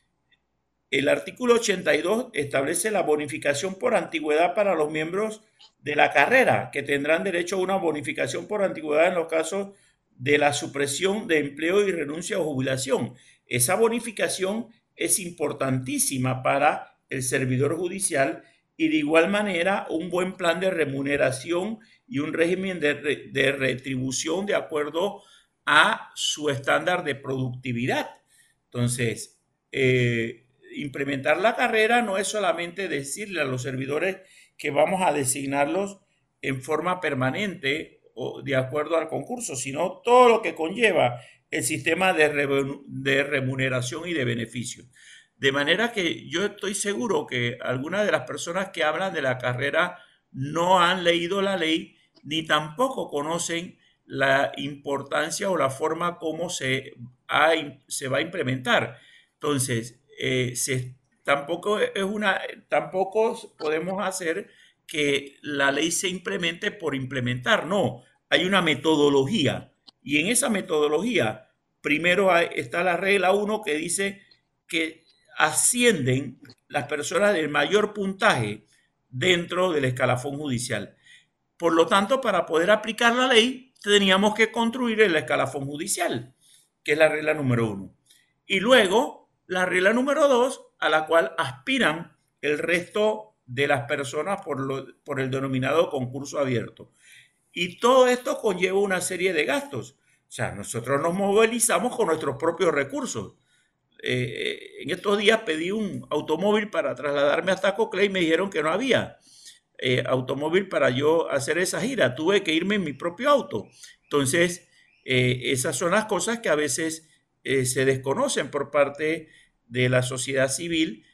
el artículo ochenta y dos establece la bonificación por antigüedad para los miembros de la carrera, que tendrán derecho a una bonificación por antigüedad en los casos de la supresión de empleo y renuncia o jubilación. Esa bonificación es importantísima para el servidor judicial y de igual manera un buen plan de remuneración y un régimen de, re, de retribución de acuerdo a su estándar de productividad. Entonces, eh, implementar la carrera no es solamente decirle a los servidores que vamos a designarlos en forma permanente o de acuerdo al concurso, sino todo lo que conlleva el sistema de, de remuneración y de beneficios. De manera que yo estoy seguro que algunas de las personas que hablan de la carrera no han leído la ley ni tampoco conocen la importancia o la forma como se, ha, se va a implementar. Entonces, eh, se, tampoco, es una, tampoco podemos hacer que la ley se implemente por implementar. No, hay una metodología. Y en esa metodología, primero hay, está la regla uno que dice que ascienden las personas del mayor puntaje dentro del escalafón judicial. Por lo tanto, para poder aplicar la ley, teníamos que construir el escalafón judicial, que es la regla número uno. Y luego, la regla número dos, a la cual aspiran el resto de las personas por, lo, por el denominado concurso abierto. Y todo esto conlleva una serie de gastos. O sea, nosotros nos movilizamos con nuestros propios recursos. Eh, en estos días pedí un automóvil para trasladarme hasta Coclé y me dijeron que no había eh, automóvil para yo hacer esa gira. Tuve que irme en mi propio auto. Entonces, eh, esas son las cosas que a veces eh, se desconocen por parte de la sociedad civil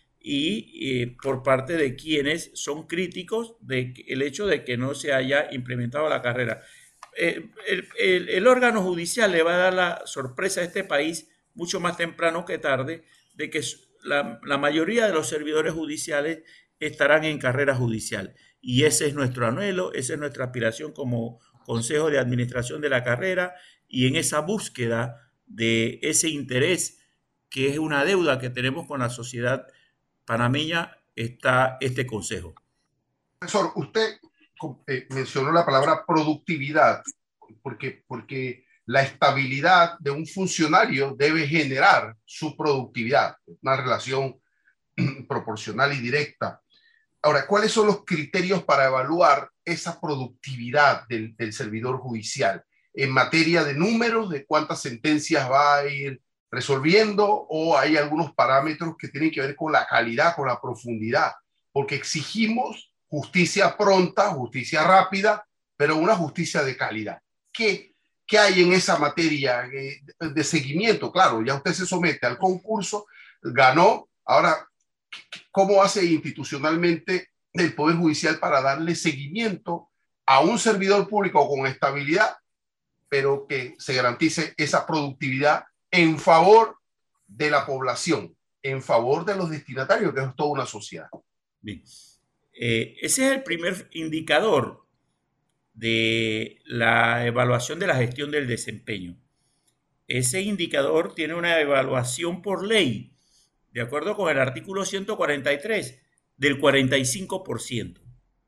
y eh, por parte de quienes son críticos del hecho de que no se haya implementado la carrera. Eh, el, el, el órgano judicial le va a dar la sorpresa a este país mucho más temprano que tarde de que la, la mayoría de los servidores judiciales estarán en carrera judicial. Y ese es nuestro anhelo, esa es nuestra aspiración como Consejo de Administración de la carrera, y en esa búsqueda de ese interés, que es una deuda que tenemos con la sociedad panameña, está este consejo. Profesor, usted eh, mencionó la palabra productividad, porque, porque la estabilidad de un funcionario debe generar su productividad, una relación proporcional y directa. Ahora, ¿cuáles son los criterios para evaluar esa productividad del, del servidor judicial en materia de números, de cuántas sentencias va a ir resolviendo, o hay algunos parámetros que tienen que ver con la calidad, con la profundidad? Porque exigimos justicia pronta, justicia rápida, pero una justicia de calidad. ¿Qué, qué hay en esa materia de seguimiento? Claro, ya usted se somete al concurso, ganó, ahora, ¿cómo hace institucionalmente el Poder Judicial para darle seguimiento a un servidor público con estabilidad, pero que se garantice esa productividad en favor de la población, en favor de los destinatarios, que es toda una sociedad? Bien. Eh, ese es el primer indicador de la evaluación de la gestión del desempeño. Ese indicador tiene una evaluación por ley, de acuerdo con el artículo ciento cuarenta y tres, del cuarenta y cinco por ciento.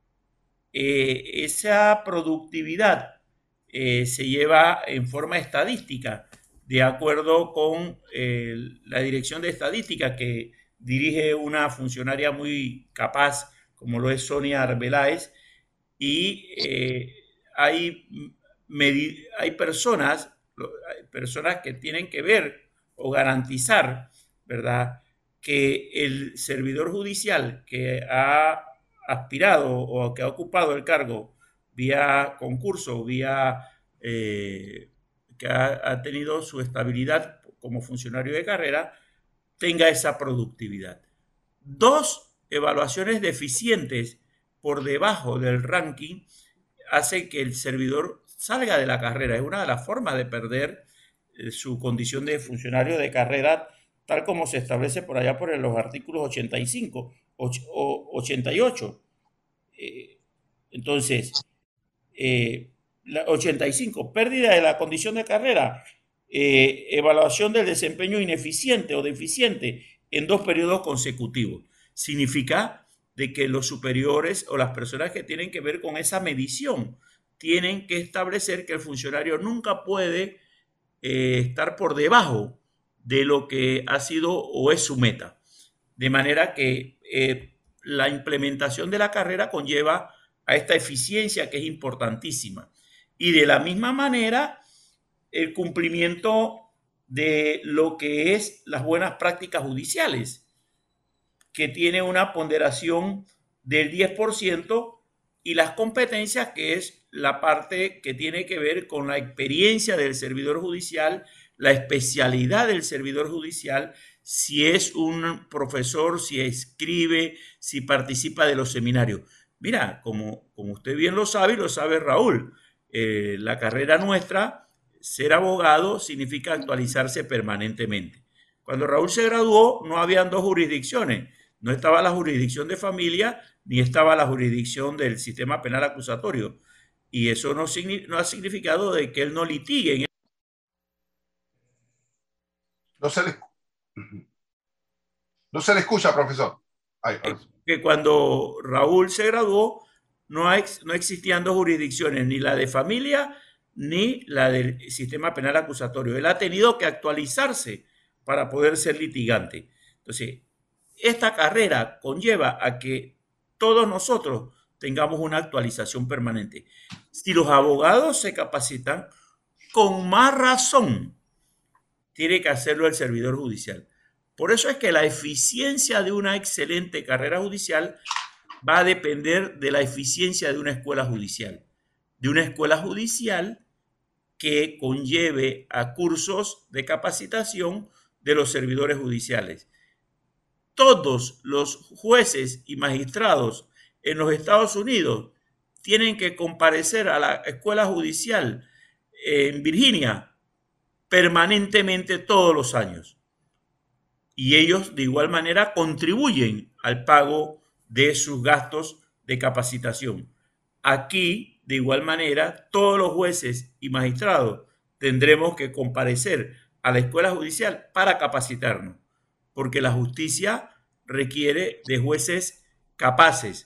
Eh, esa productividad eh, se lleva en forma estadística, de acuerdo con eh, la Dirección de Estadística que dirige una funcionaria muy capaz, como lo es Sonia Arbeláez, y eh, hay, hay personas, hay personas que tienen que ver o garantizar, ¿verdad?, que el servidor judicial que ha aspirado o que ha ocupado el cargo vía concurso, vía eh, que ha, ha tenido su estabilidad como funcionario de carrera, tenga esa productividad. Dos evaluaciones deficientes por debajo del ranking hacen que el servidor salga de la carrera. Es una de las formas de perder eh, su condición de funcionario de carrera, tal como se establece por allá por los artículos ochenta y cinco o ochenta y ocho. Eh, entonces, eh, la ochenta y cinco, pérdida de la condición de carrera, eh, evaluación del desempeño ineficiente o deficiente en dos periodos consecutivos. Significa de que los superiores o las personas que tienen que ver con esa medición tienen que establecer que el funcionario nunca puede eh, estar por debajo de lo que ha sido o es su meta. De manera que eh, la implementación de la carrera conlleva a esta eficiencia que es importantísima. Y de la misma manera, el cumplimiento de lo que es las buenas prácticas judiciales. que tiene una ponderación del diez por ciento, y las competencias, que es la parte que tiene que ver con la experiencia del servidor judicial, la especialidad del servidor judicial, si es un profesor, si escribe, si participa de los seminarios. Mira, como, como usted bien lo sabe y lo sabe Raúl, eh, la carrera nuestra, ser abogado significa actualizarse permanentemente. Cuando Raúl se graduó, no habían dos jurisdicciones. No estaba la jurisdicción de familia ni estaba la jurisdicción del sistema penal acusatorio. Y eso no, no ha significado de que él no litigue. En no, se le, no se le escucha, profesor. Ay, que cuando Raúl se graduó, no, hay, no existían dos jurisdicciones, ni la de familia ni la del sistema penal acusatorio. Él ha tenido que actualizarse para poder ser litigante. Entonces, esta carrera conlleva a que todos nosotros tengamos una actualización permanente. Si los abogados se capacitan, con más razón tiene que hacerlo el servidor judicial. Por eso es que la eficiencia de una excelente carrera judicial va a depender de la eficiencia de una escuela judicial. De una escuela judicial que conlleve a cursos de capacitación de los servidores judiciales. Todos los jueces y magistrados en los Estados Unidos tienen que comparecer a la escuela judicial en Virginia permanentemente todos los años. Y ellos de igual manera contribuyen al pago de sus gastos de capacitación. Aquí, de igual manera, todos los jueces y magistrados tendremos que comparecer a la escuela judicial para capacitarnos, porque la justicia requiere de jueces capaces.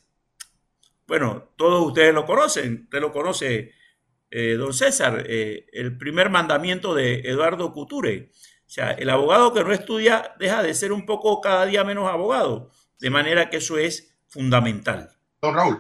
Bueno, todos ustedes lo conocen, usted lo conoce, eh, don César, eh, el primer mandamiento de Eduardo Couture. O sea, el abogado que no estudia deja de ser un poco cada día menos abogado, de manera que eso es fundamental. Don Raúl.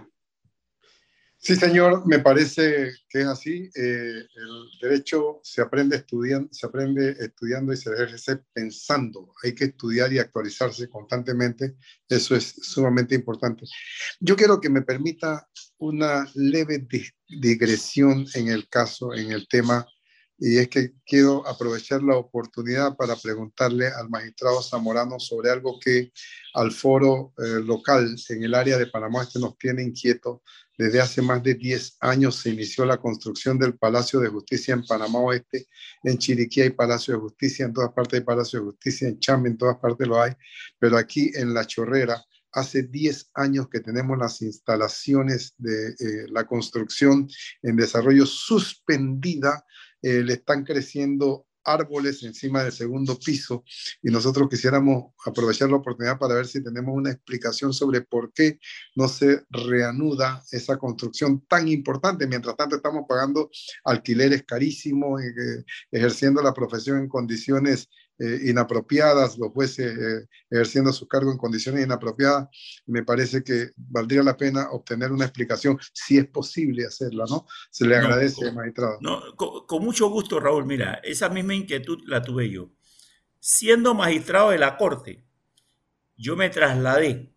Sí, señor, me parece que es así. Eh, el derecho se aprende, estudiando, se aprende estudiando y se ejerce pensando. Hay que estudiar y actualizarse constantemente. Eso es sumamente importante. Yo quiero que me permita una leve digresión en el caso, en el tema, y es que quiero aprovechar la oportunidad para preguntarle al magistrado Zamorano sobre algo que al foro eh, local en el área de Panamá Oeste nos tiene inquieto. Desde hace más de diez años se inició la construcción del Palacio de Justicia en Panamá Oeste. En Chiriquí hay Palacio de Justicia, en todas partes hay Palacio de Justicia, en Chame en todas partes lo hay, pero aquí en La Chorrera hace diez años que tenemos las instalaciones de eh, la construcción en desarrollo suspendida. Eh, le están creciendo árboles encima del segundo piso y nosotros quisiéramos aprovechar la oportunidad para ver si tenemos una explicación sobre por qué no se reanuda esa construcción tan importante. Mientras tanto estamos pagando alquileres carísimos, eh, ejerciendo la profesión en condiciones eh, inapropiadas, los jueces eh, ejerciendo su cargo en condiciones inapropiadas. Me parece que valdría la pena obtener una explicación, si es posible hacerla, ¿no? Se le agradece, no, magistrado. No, con, con mucho gusto, Raúl. Mira, esa misma inquietud la tuve yo. Siendo magistrado de la Corte, yo me trasladé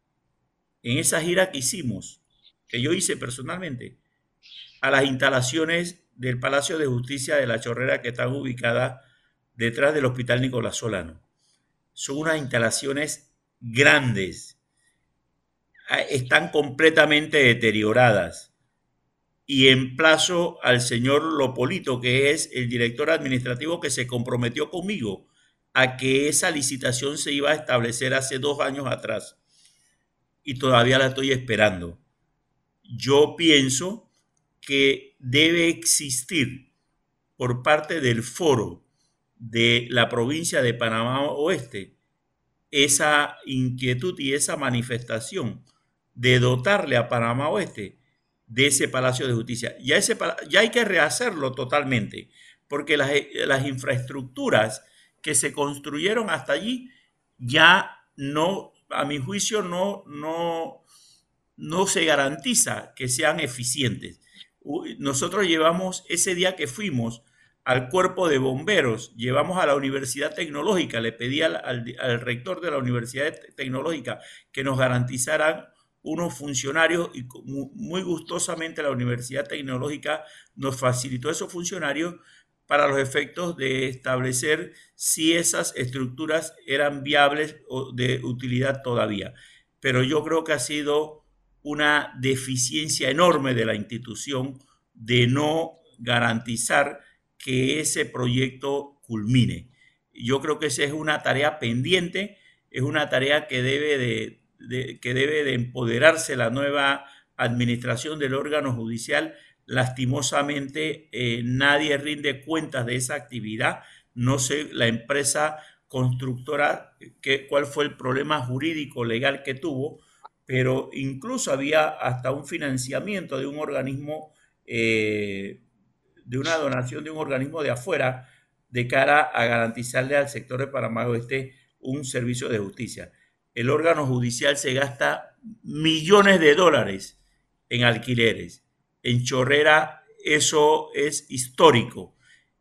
en esa gira que hicimos, que yo hice personalmente, a las instalaciones del Palacio de Justicia de La Chorrera, que están ubicadas detrás del Hospital Nicolás Solano. Son unas instalaciones grandes, están completamente deterioradas. Y emplazo al señor Lopolito, que es el director administrativo que se comprometió conmigo a que esa licitación se iba a establecer hace dos años atrás. Y todavía la estoy esperando. Yo pienso que debe existir por parte del foro de la provincia de Panamá Oeste esa inquietud y esa manifestación de dotarle a Panamá Oeste de ese Palacio de Justicia. Ya, ese, ya hay que rehacerlo totalmente, porque las, las infraestructuras que se construyeron hasta allí ya no, a mi juicio, no, no, no se garantiza que sean eficientes. Nosotros llevamos ese día que fuimos al cuerpo de bomberos, llevamos a la Universidad Tecnológica, le pedí al, al, al rector de la Universidad Tecnológica que nos garantizaran unos funcionarios y muy gustosamente la Universidad Tecnológica nos facilitó esos funcionarios para los efectos de establecer si esas estructuras eran viables o de utilidad todavía. Pero yo creo que ha sido una deficiencia enorme de la institución de no garantizar que ese proyecto culmine. Yo creo que esa es una tarea pendiente, es una tarea que debe de, de, que debe de empoderarse la nueva administración del órgano judicial. Lastimosamente, eh, nadie rinde cuentas de esa actividad. No sé la empresa constructora que, cuál fue el problema jurídico legal que tuvo, pero incluso había hasta un financiamiento de un organismo, eh, de una donación de un organismo de afuera de cara a garantizarle al sector de Panamá Oeste un servicio de justicia. El órgano judicial se gasta millones de dólares en alquileres. En Chorrera eso es histórico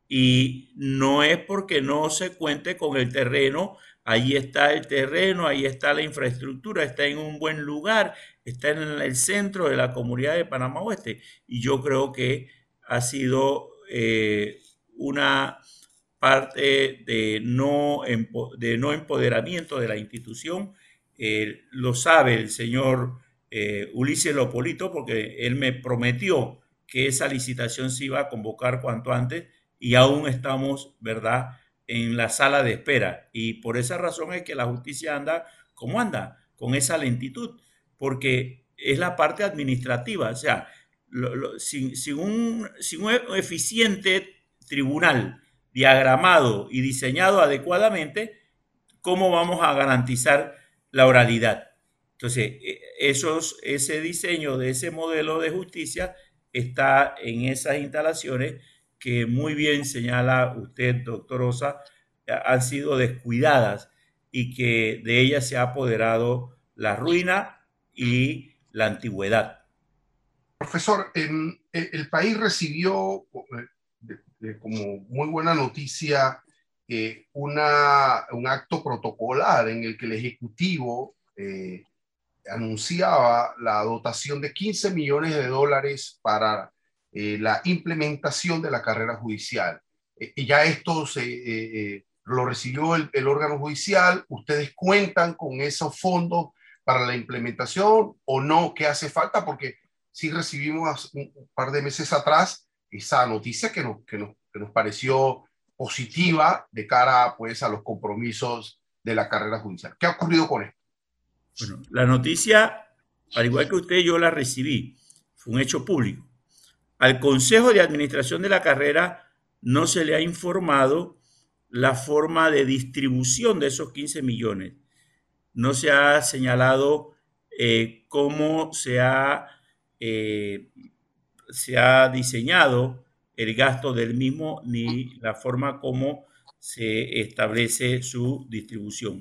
y no es porque no se cuente con el terreno. Ahí está el terreno, ahí está la infraestructura, está en un buen lugar, está en el centro de la comunidad de Panamá Oeste. Y yo creo que ha sido eh, una parte de no, de no empoderamiento de la institución. Eh, lo sabe el señor eh, Ulises Lopolito, porque él me prometió que esa licitación se iba a convocar cuanto antes y aún estamos, ¿verdad?, en la sala de espera. Y por esa razón es que la justicia anda como anda, con esa lentitud, porque es la parte administrativa. O sea, lo, lo, sin, sin, un, sin un eficiente tribunal diagramado y diseñado adecuadamente, ¿cómo vamos a garantizar la oralidad? Entonces, esos, ese diseño de ese modelo de justicia está en esas instalaciones que muy bien señala usted, doctor Osa, han sido descuidadas y que de ellas se ha apoderado la ruina y la antigüedad. Profesor, en, el país recibió eh, eh, como muy buena noticia eh, una, un acto protocolar en el que el Ejecutivo eh, anunciaba la dotación de quince millones de dólares para eh, la implementación de la carrera judicial. Eh, y ya esto se, eh, eh, lo recibió el, el órgano judicial. ¿Ustedes cuentan con esos fondos para la implementación o no? ¿Qué hace falta? Porque sí recibimos un, un par de meses atrás esa noticia que nos, que nos, que nos pareció positiva de cara pues, a los compromisos de la carrera judicial. ¿Qué ha ocurrido con esto? Bueno, la noticia, al igual que usted, yo la recibí. Fue un hecho público. Al Consejo de Administración de la carrera no se le ha informado la forma de distribución de esos quince millones. No se ha señalado eh, cómo se ha, eh, se ha diseñado el gasto del mismo ni la forma como se establece su distribución.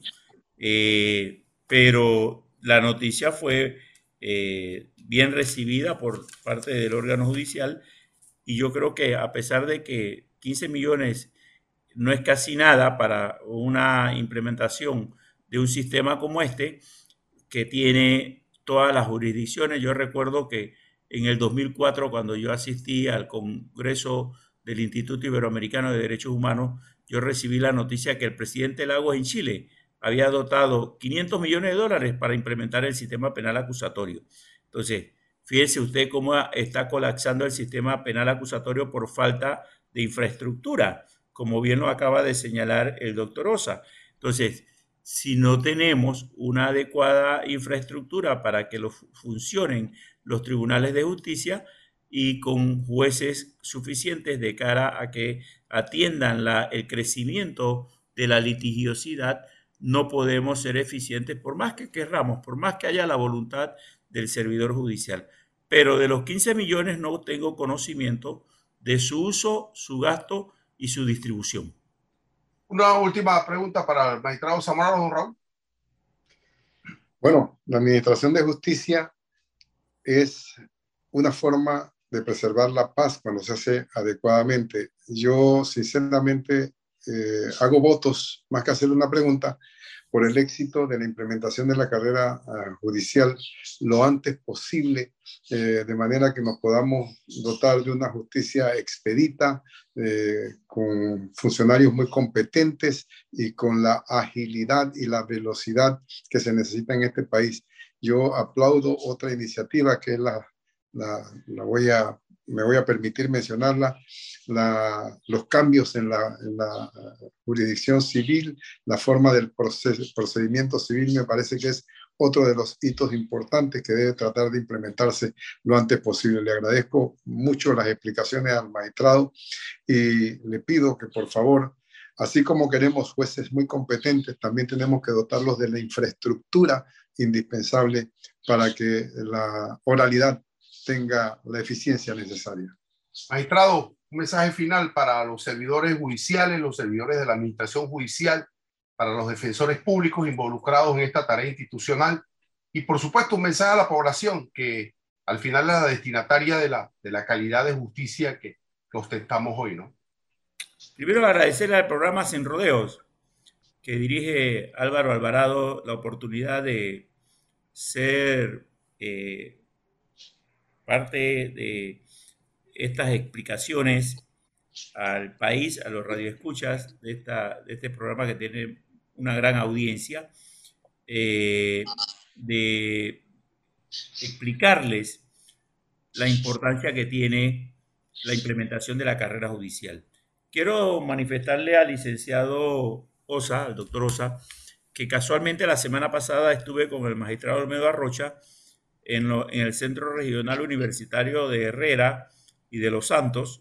Eh, pero la noticia fue eh, bien recibida por parte del órgano judicial y yo creo que a pesar de que quince millones no es casi nada para una implementación de un sistema como este, que tiene todas las jurisdicciones. Yo recuerdo que en el dos mil cuatro, cuando yo asistí al Congreso del Instituto Iberoamericano de Derechos Humanos, yo recibí la noticia que el presidente Lagos en Chile había dotado quinientos millones de dólares para implementar el sistema penal acusatorio. Entonces, fíjese usted cómo está colapsando el sistema penal acusatorio por falta de infraestructura, como bien lo acaba de señalar el doctor Osa. Entonces, si no tenemos una adecuada infraestructura para que lo funcionen los tribunales de justicia y con jueces suficientes de cara a que atiendan la, el crecimiento de la litigiosidad, no podemos ser eficientes por más que querramos, por más que haya la voluntad del servidor judicial. Pero de los quince millones no tengo conocimiento de su uso, su gasto y su distribución. Una última pregunta para el magistrado Zamorano, don Raúl. Bueno, la administración de justicia es una forma de preservar la paz cuando se hace adecuadamente. Yo, sinceramente, eh, hago votos, más que hacer una pregunta, por el éxito de la implementación de la carrera uh, judicial lo antes posible, eh, de manera que nos podamos dotar de una justicia expedita, eh, con funcionarios muy competentes y con la agilidad y la velocidad que se necesita en este país. Yo aplaudo otra iniciativa que es la, la, la voy a, me voy a permitir mencionarla, La, los cambios en la, en la jurisdicción civil, la forma del proceso, procedimiento civil, me parece que es otro de los hitos importantes que debe tratar de implementarse lo antes posible. Le agradezco mucho las explicaciones al magistrado y le pido que, por favor, así como queremos jueces muy competentes, también tenemos que dotarlos de la infraestructura indispensable para que la oralidad tenga la eficiencia necesaria. Magistrado, un mensaje final para los servidores judiciales, los servidores de la administración judicial, para los defensores públicos involucrados en esta tarea institucional y, por supuesto, un mensaje a la población que al final es la destinataria de la, de la calidad de justicia que, que ostentamos hoy, ¿no? Primero, agradecerle al programa Sin Rodeos, que dirige Álvaro Alvarado, la oportunidad de ser eh, parte de estas explicaciones al país, a los radioescuchas de, esta, de este programa que tiene una gran audiencia, eh, de explicarles la importancia que tiene la implementación de la carrera judicial. Quiero manifestarle al licenciado Osa, al doctor Osa, que casualmente la semana pasada estuve con el magistrado Olmedo Arrocha en, lo, en el Centro Regional Universitario de Herrera y de Los Santos,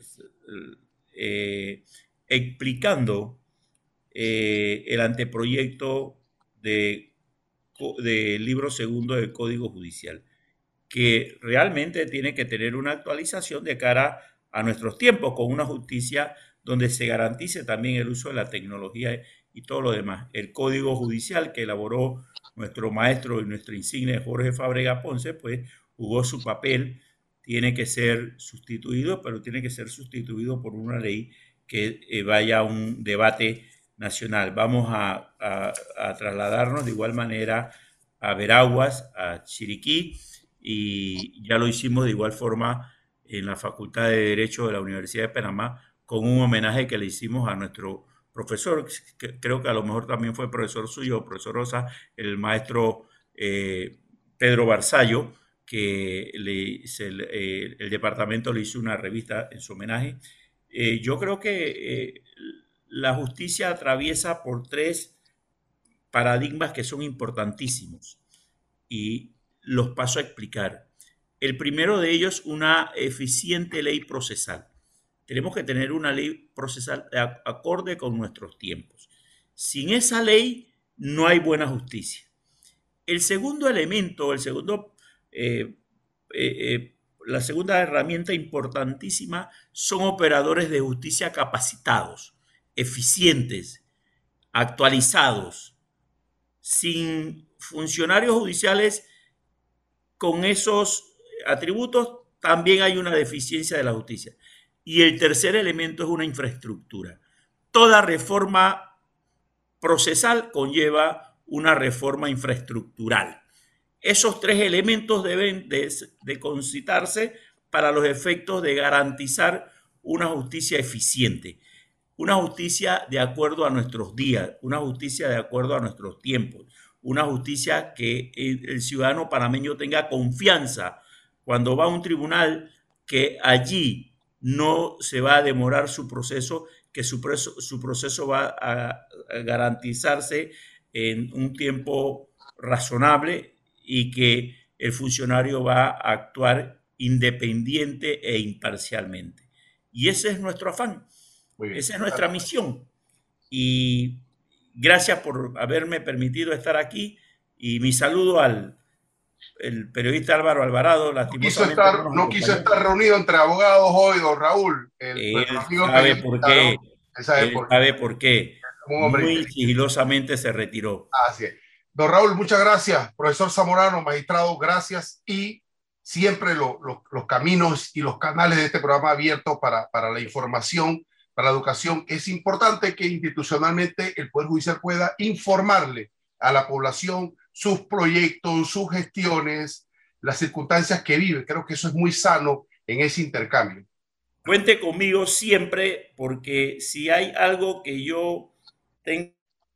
eh, explicando eh, el anteproyecto de, de libro segundo del Código Judicial, que realmente tiene que tener una actualización de cara a nuestros tiempos, con una justicia donde se garantice también el uso de la tecnología y todo lo demás. El Código Judicial que elaboró nuestro maestro y nuestro insigne Jorge Fábrega Ponce, pues jugó su papel, tiene que ser sustituido, pero tiene que ser sustituido por una ley que eh, vaya a un debate nacional. Vamos a, a, a trasladarnos de igual manera a Veraguas, a Chiriquí, y ya lo hicimos de igual forma en la Facultad de Derecho de la Universidad de Panamá, con un homenaje que le hicimos a nuestro profesor, que creo que a lo mejor también fue profesor suyo, profesor Rosa, el maestro eh, Pedro Barzallo, que le, se, eh, el departamento le hizo una revista en su homenaje. Eh, yo creo que eh, la justicia atraviesa por tres paradigmas que son importantísimos y los paso a explicar. El primero de ellos, una eficiente ley procesal. Tenemos que tener una ley procesal acorde con nuestros tiempos. Sin esa ley no hay buena justicia. El segundo elemento, el segundo, eh, eh, eh, la segunda herramienta importantísima son operadores de justicia capacitados, eficientes, actualizados. Sin funcionarios judiciales con esos atributos también hay una deficiencia de la justicia. Y el tercer elemento es una infraestructura. Toda reforma procesal conlleva una reforma infraestructural. Esos tres elementos deben de, de concitarse para los efectos de garantizar una justicia eficiente, una justicia de acuerdo a nuestros días, una justicia de acuerdo a nuestros tiempos, una justicia que el ciudadano panameño tenga confianza cuando va a un tribunal, que allí no se va a demorar su proceso, que su, preso, su proceso va a, a garantizarse en un tiempo razonable y que el funcionario va a actuar independiente e imparcialmente. Y ese es nuestro afán, esa es nuestra misión. Y gracias por haberme permitido estar aquí y mi saludo al el periodista Álvaro Alvarado. No quiso estar, no quiso estar reunido entre abogados hoy, don Raúl. El, él sabe por qué. Él sabe, él por, sabe por qué. Muy sigilosamente se retiró. Así es. Don Raúl, muchas gracias. Profesor Zamorano, magistrado, gracias. Y siempre lo, lo, los caminos y los canales de este programa abiertos para, para la información, para la educación. Es importante que institucionalmente el Poder Judicial pueda informarle a la población sus proyectos, sus gestiones, las circunstancias que vive. Creo que eso es muy sano en ese intercambio. Cuente conmigo siempre, porque si hay algo que yo tengo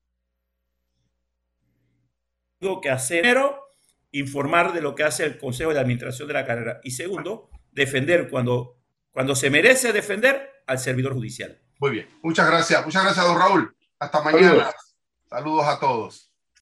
que hacer, primero, informar de lo que hace el Consejo de Administración de la carrera, y segundo, defender cuando, cuando se merece defender al servidor judicial. Muy bien, muchas gracias. Muchas gracias, don Raúl. Hasta mañana. Saludos. Saludos a todos.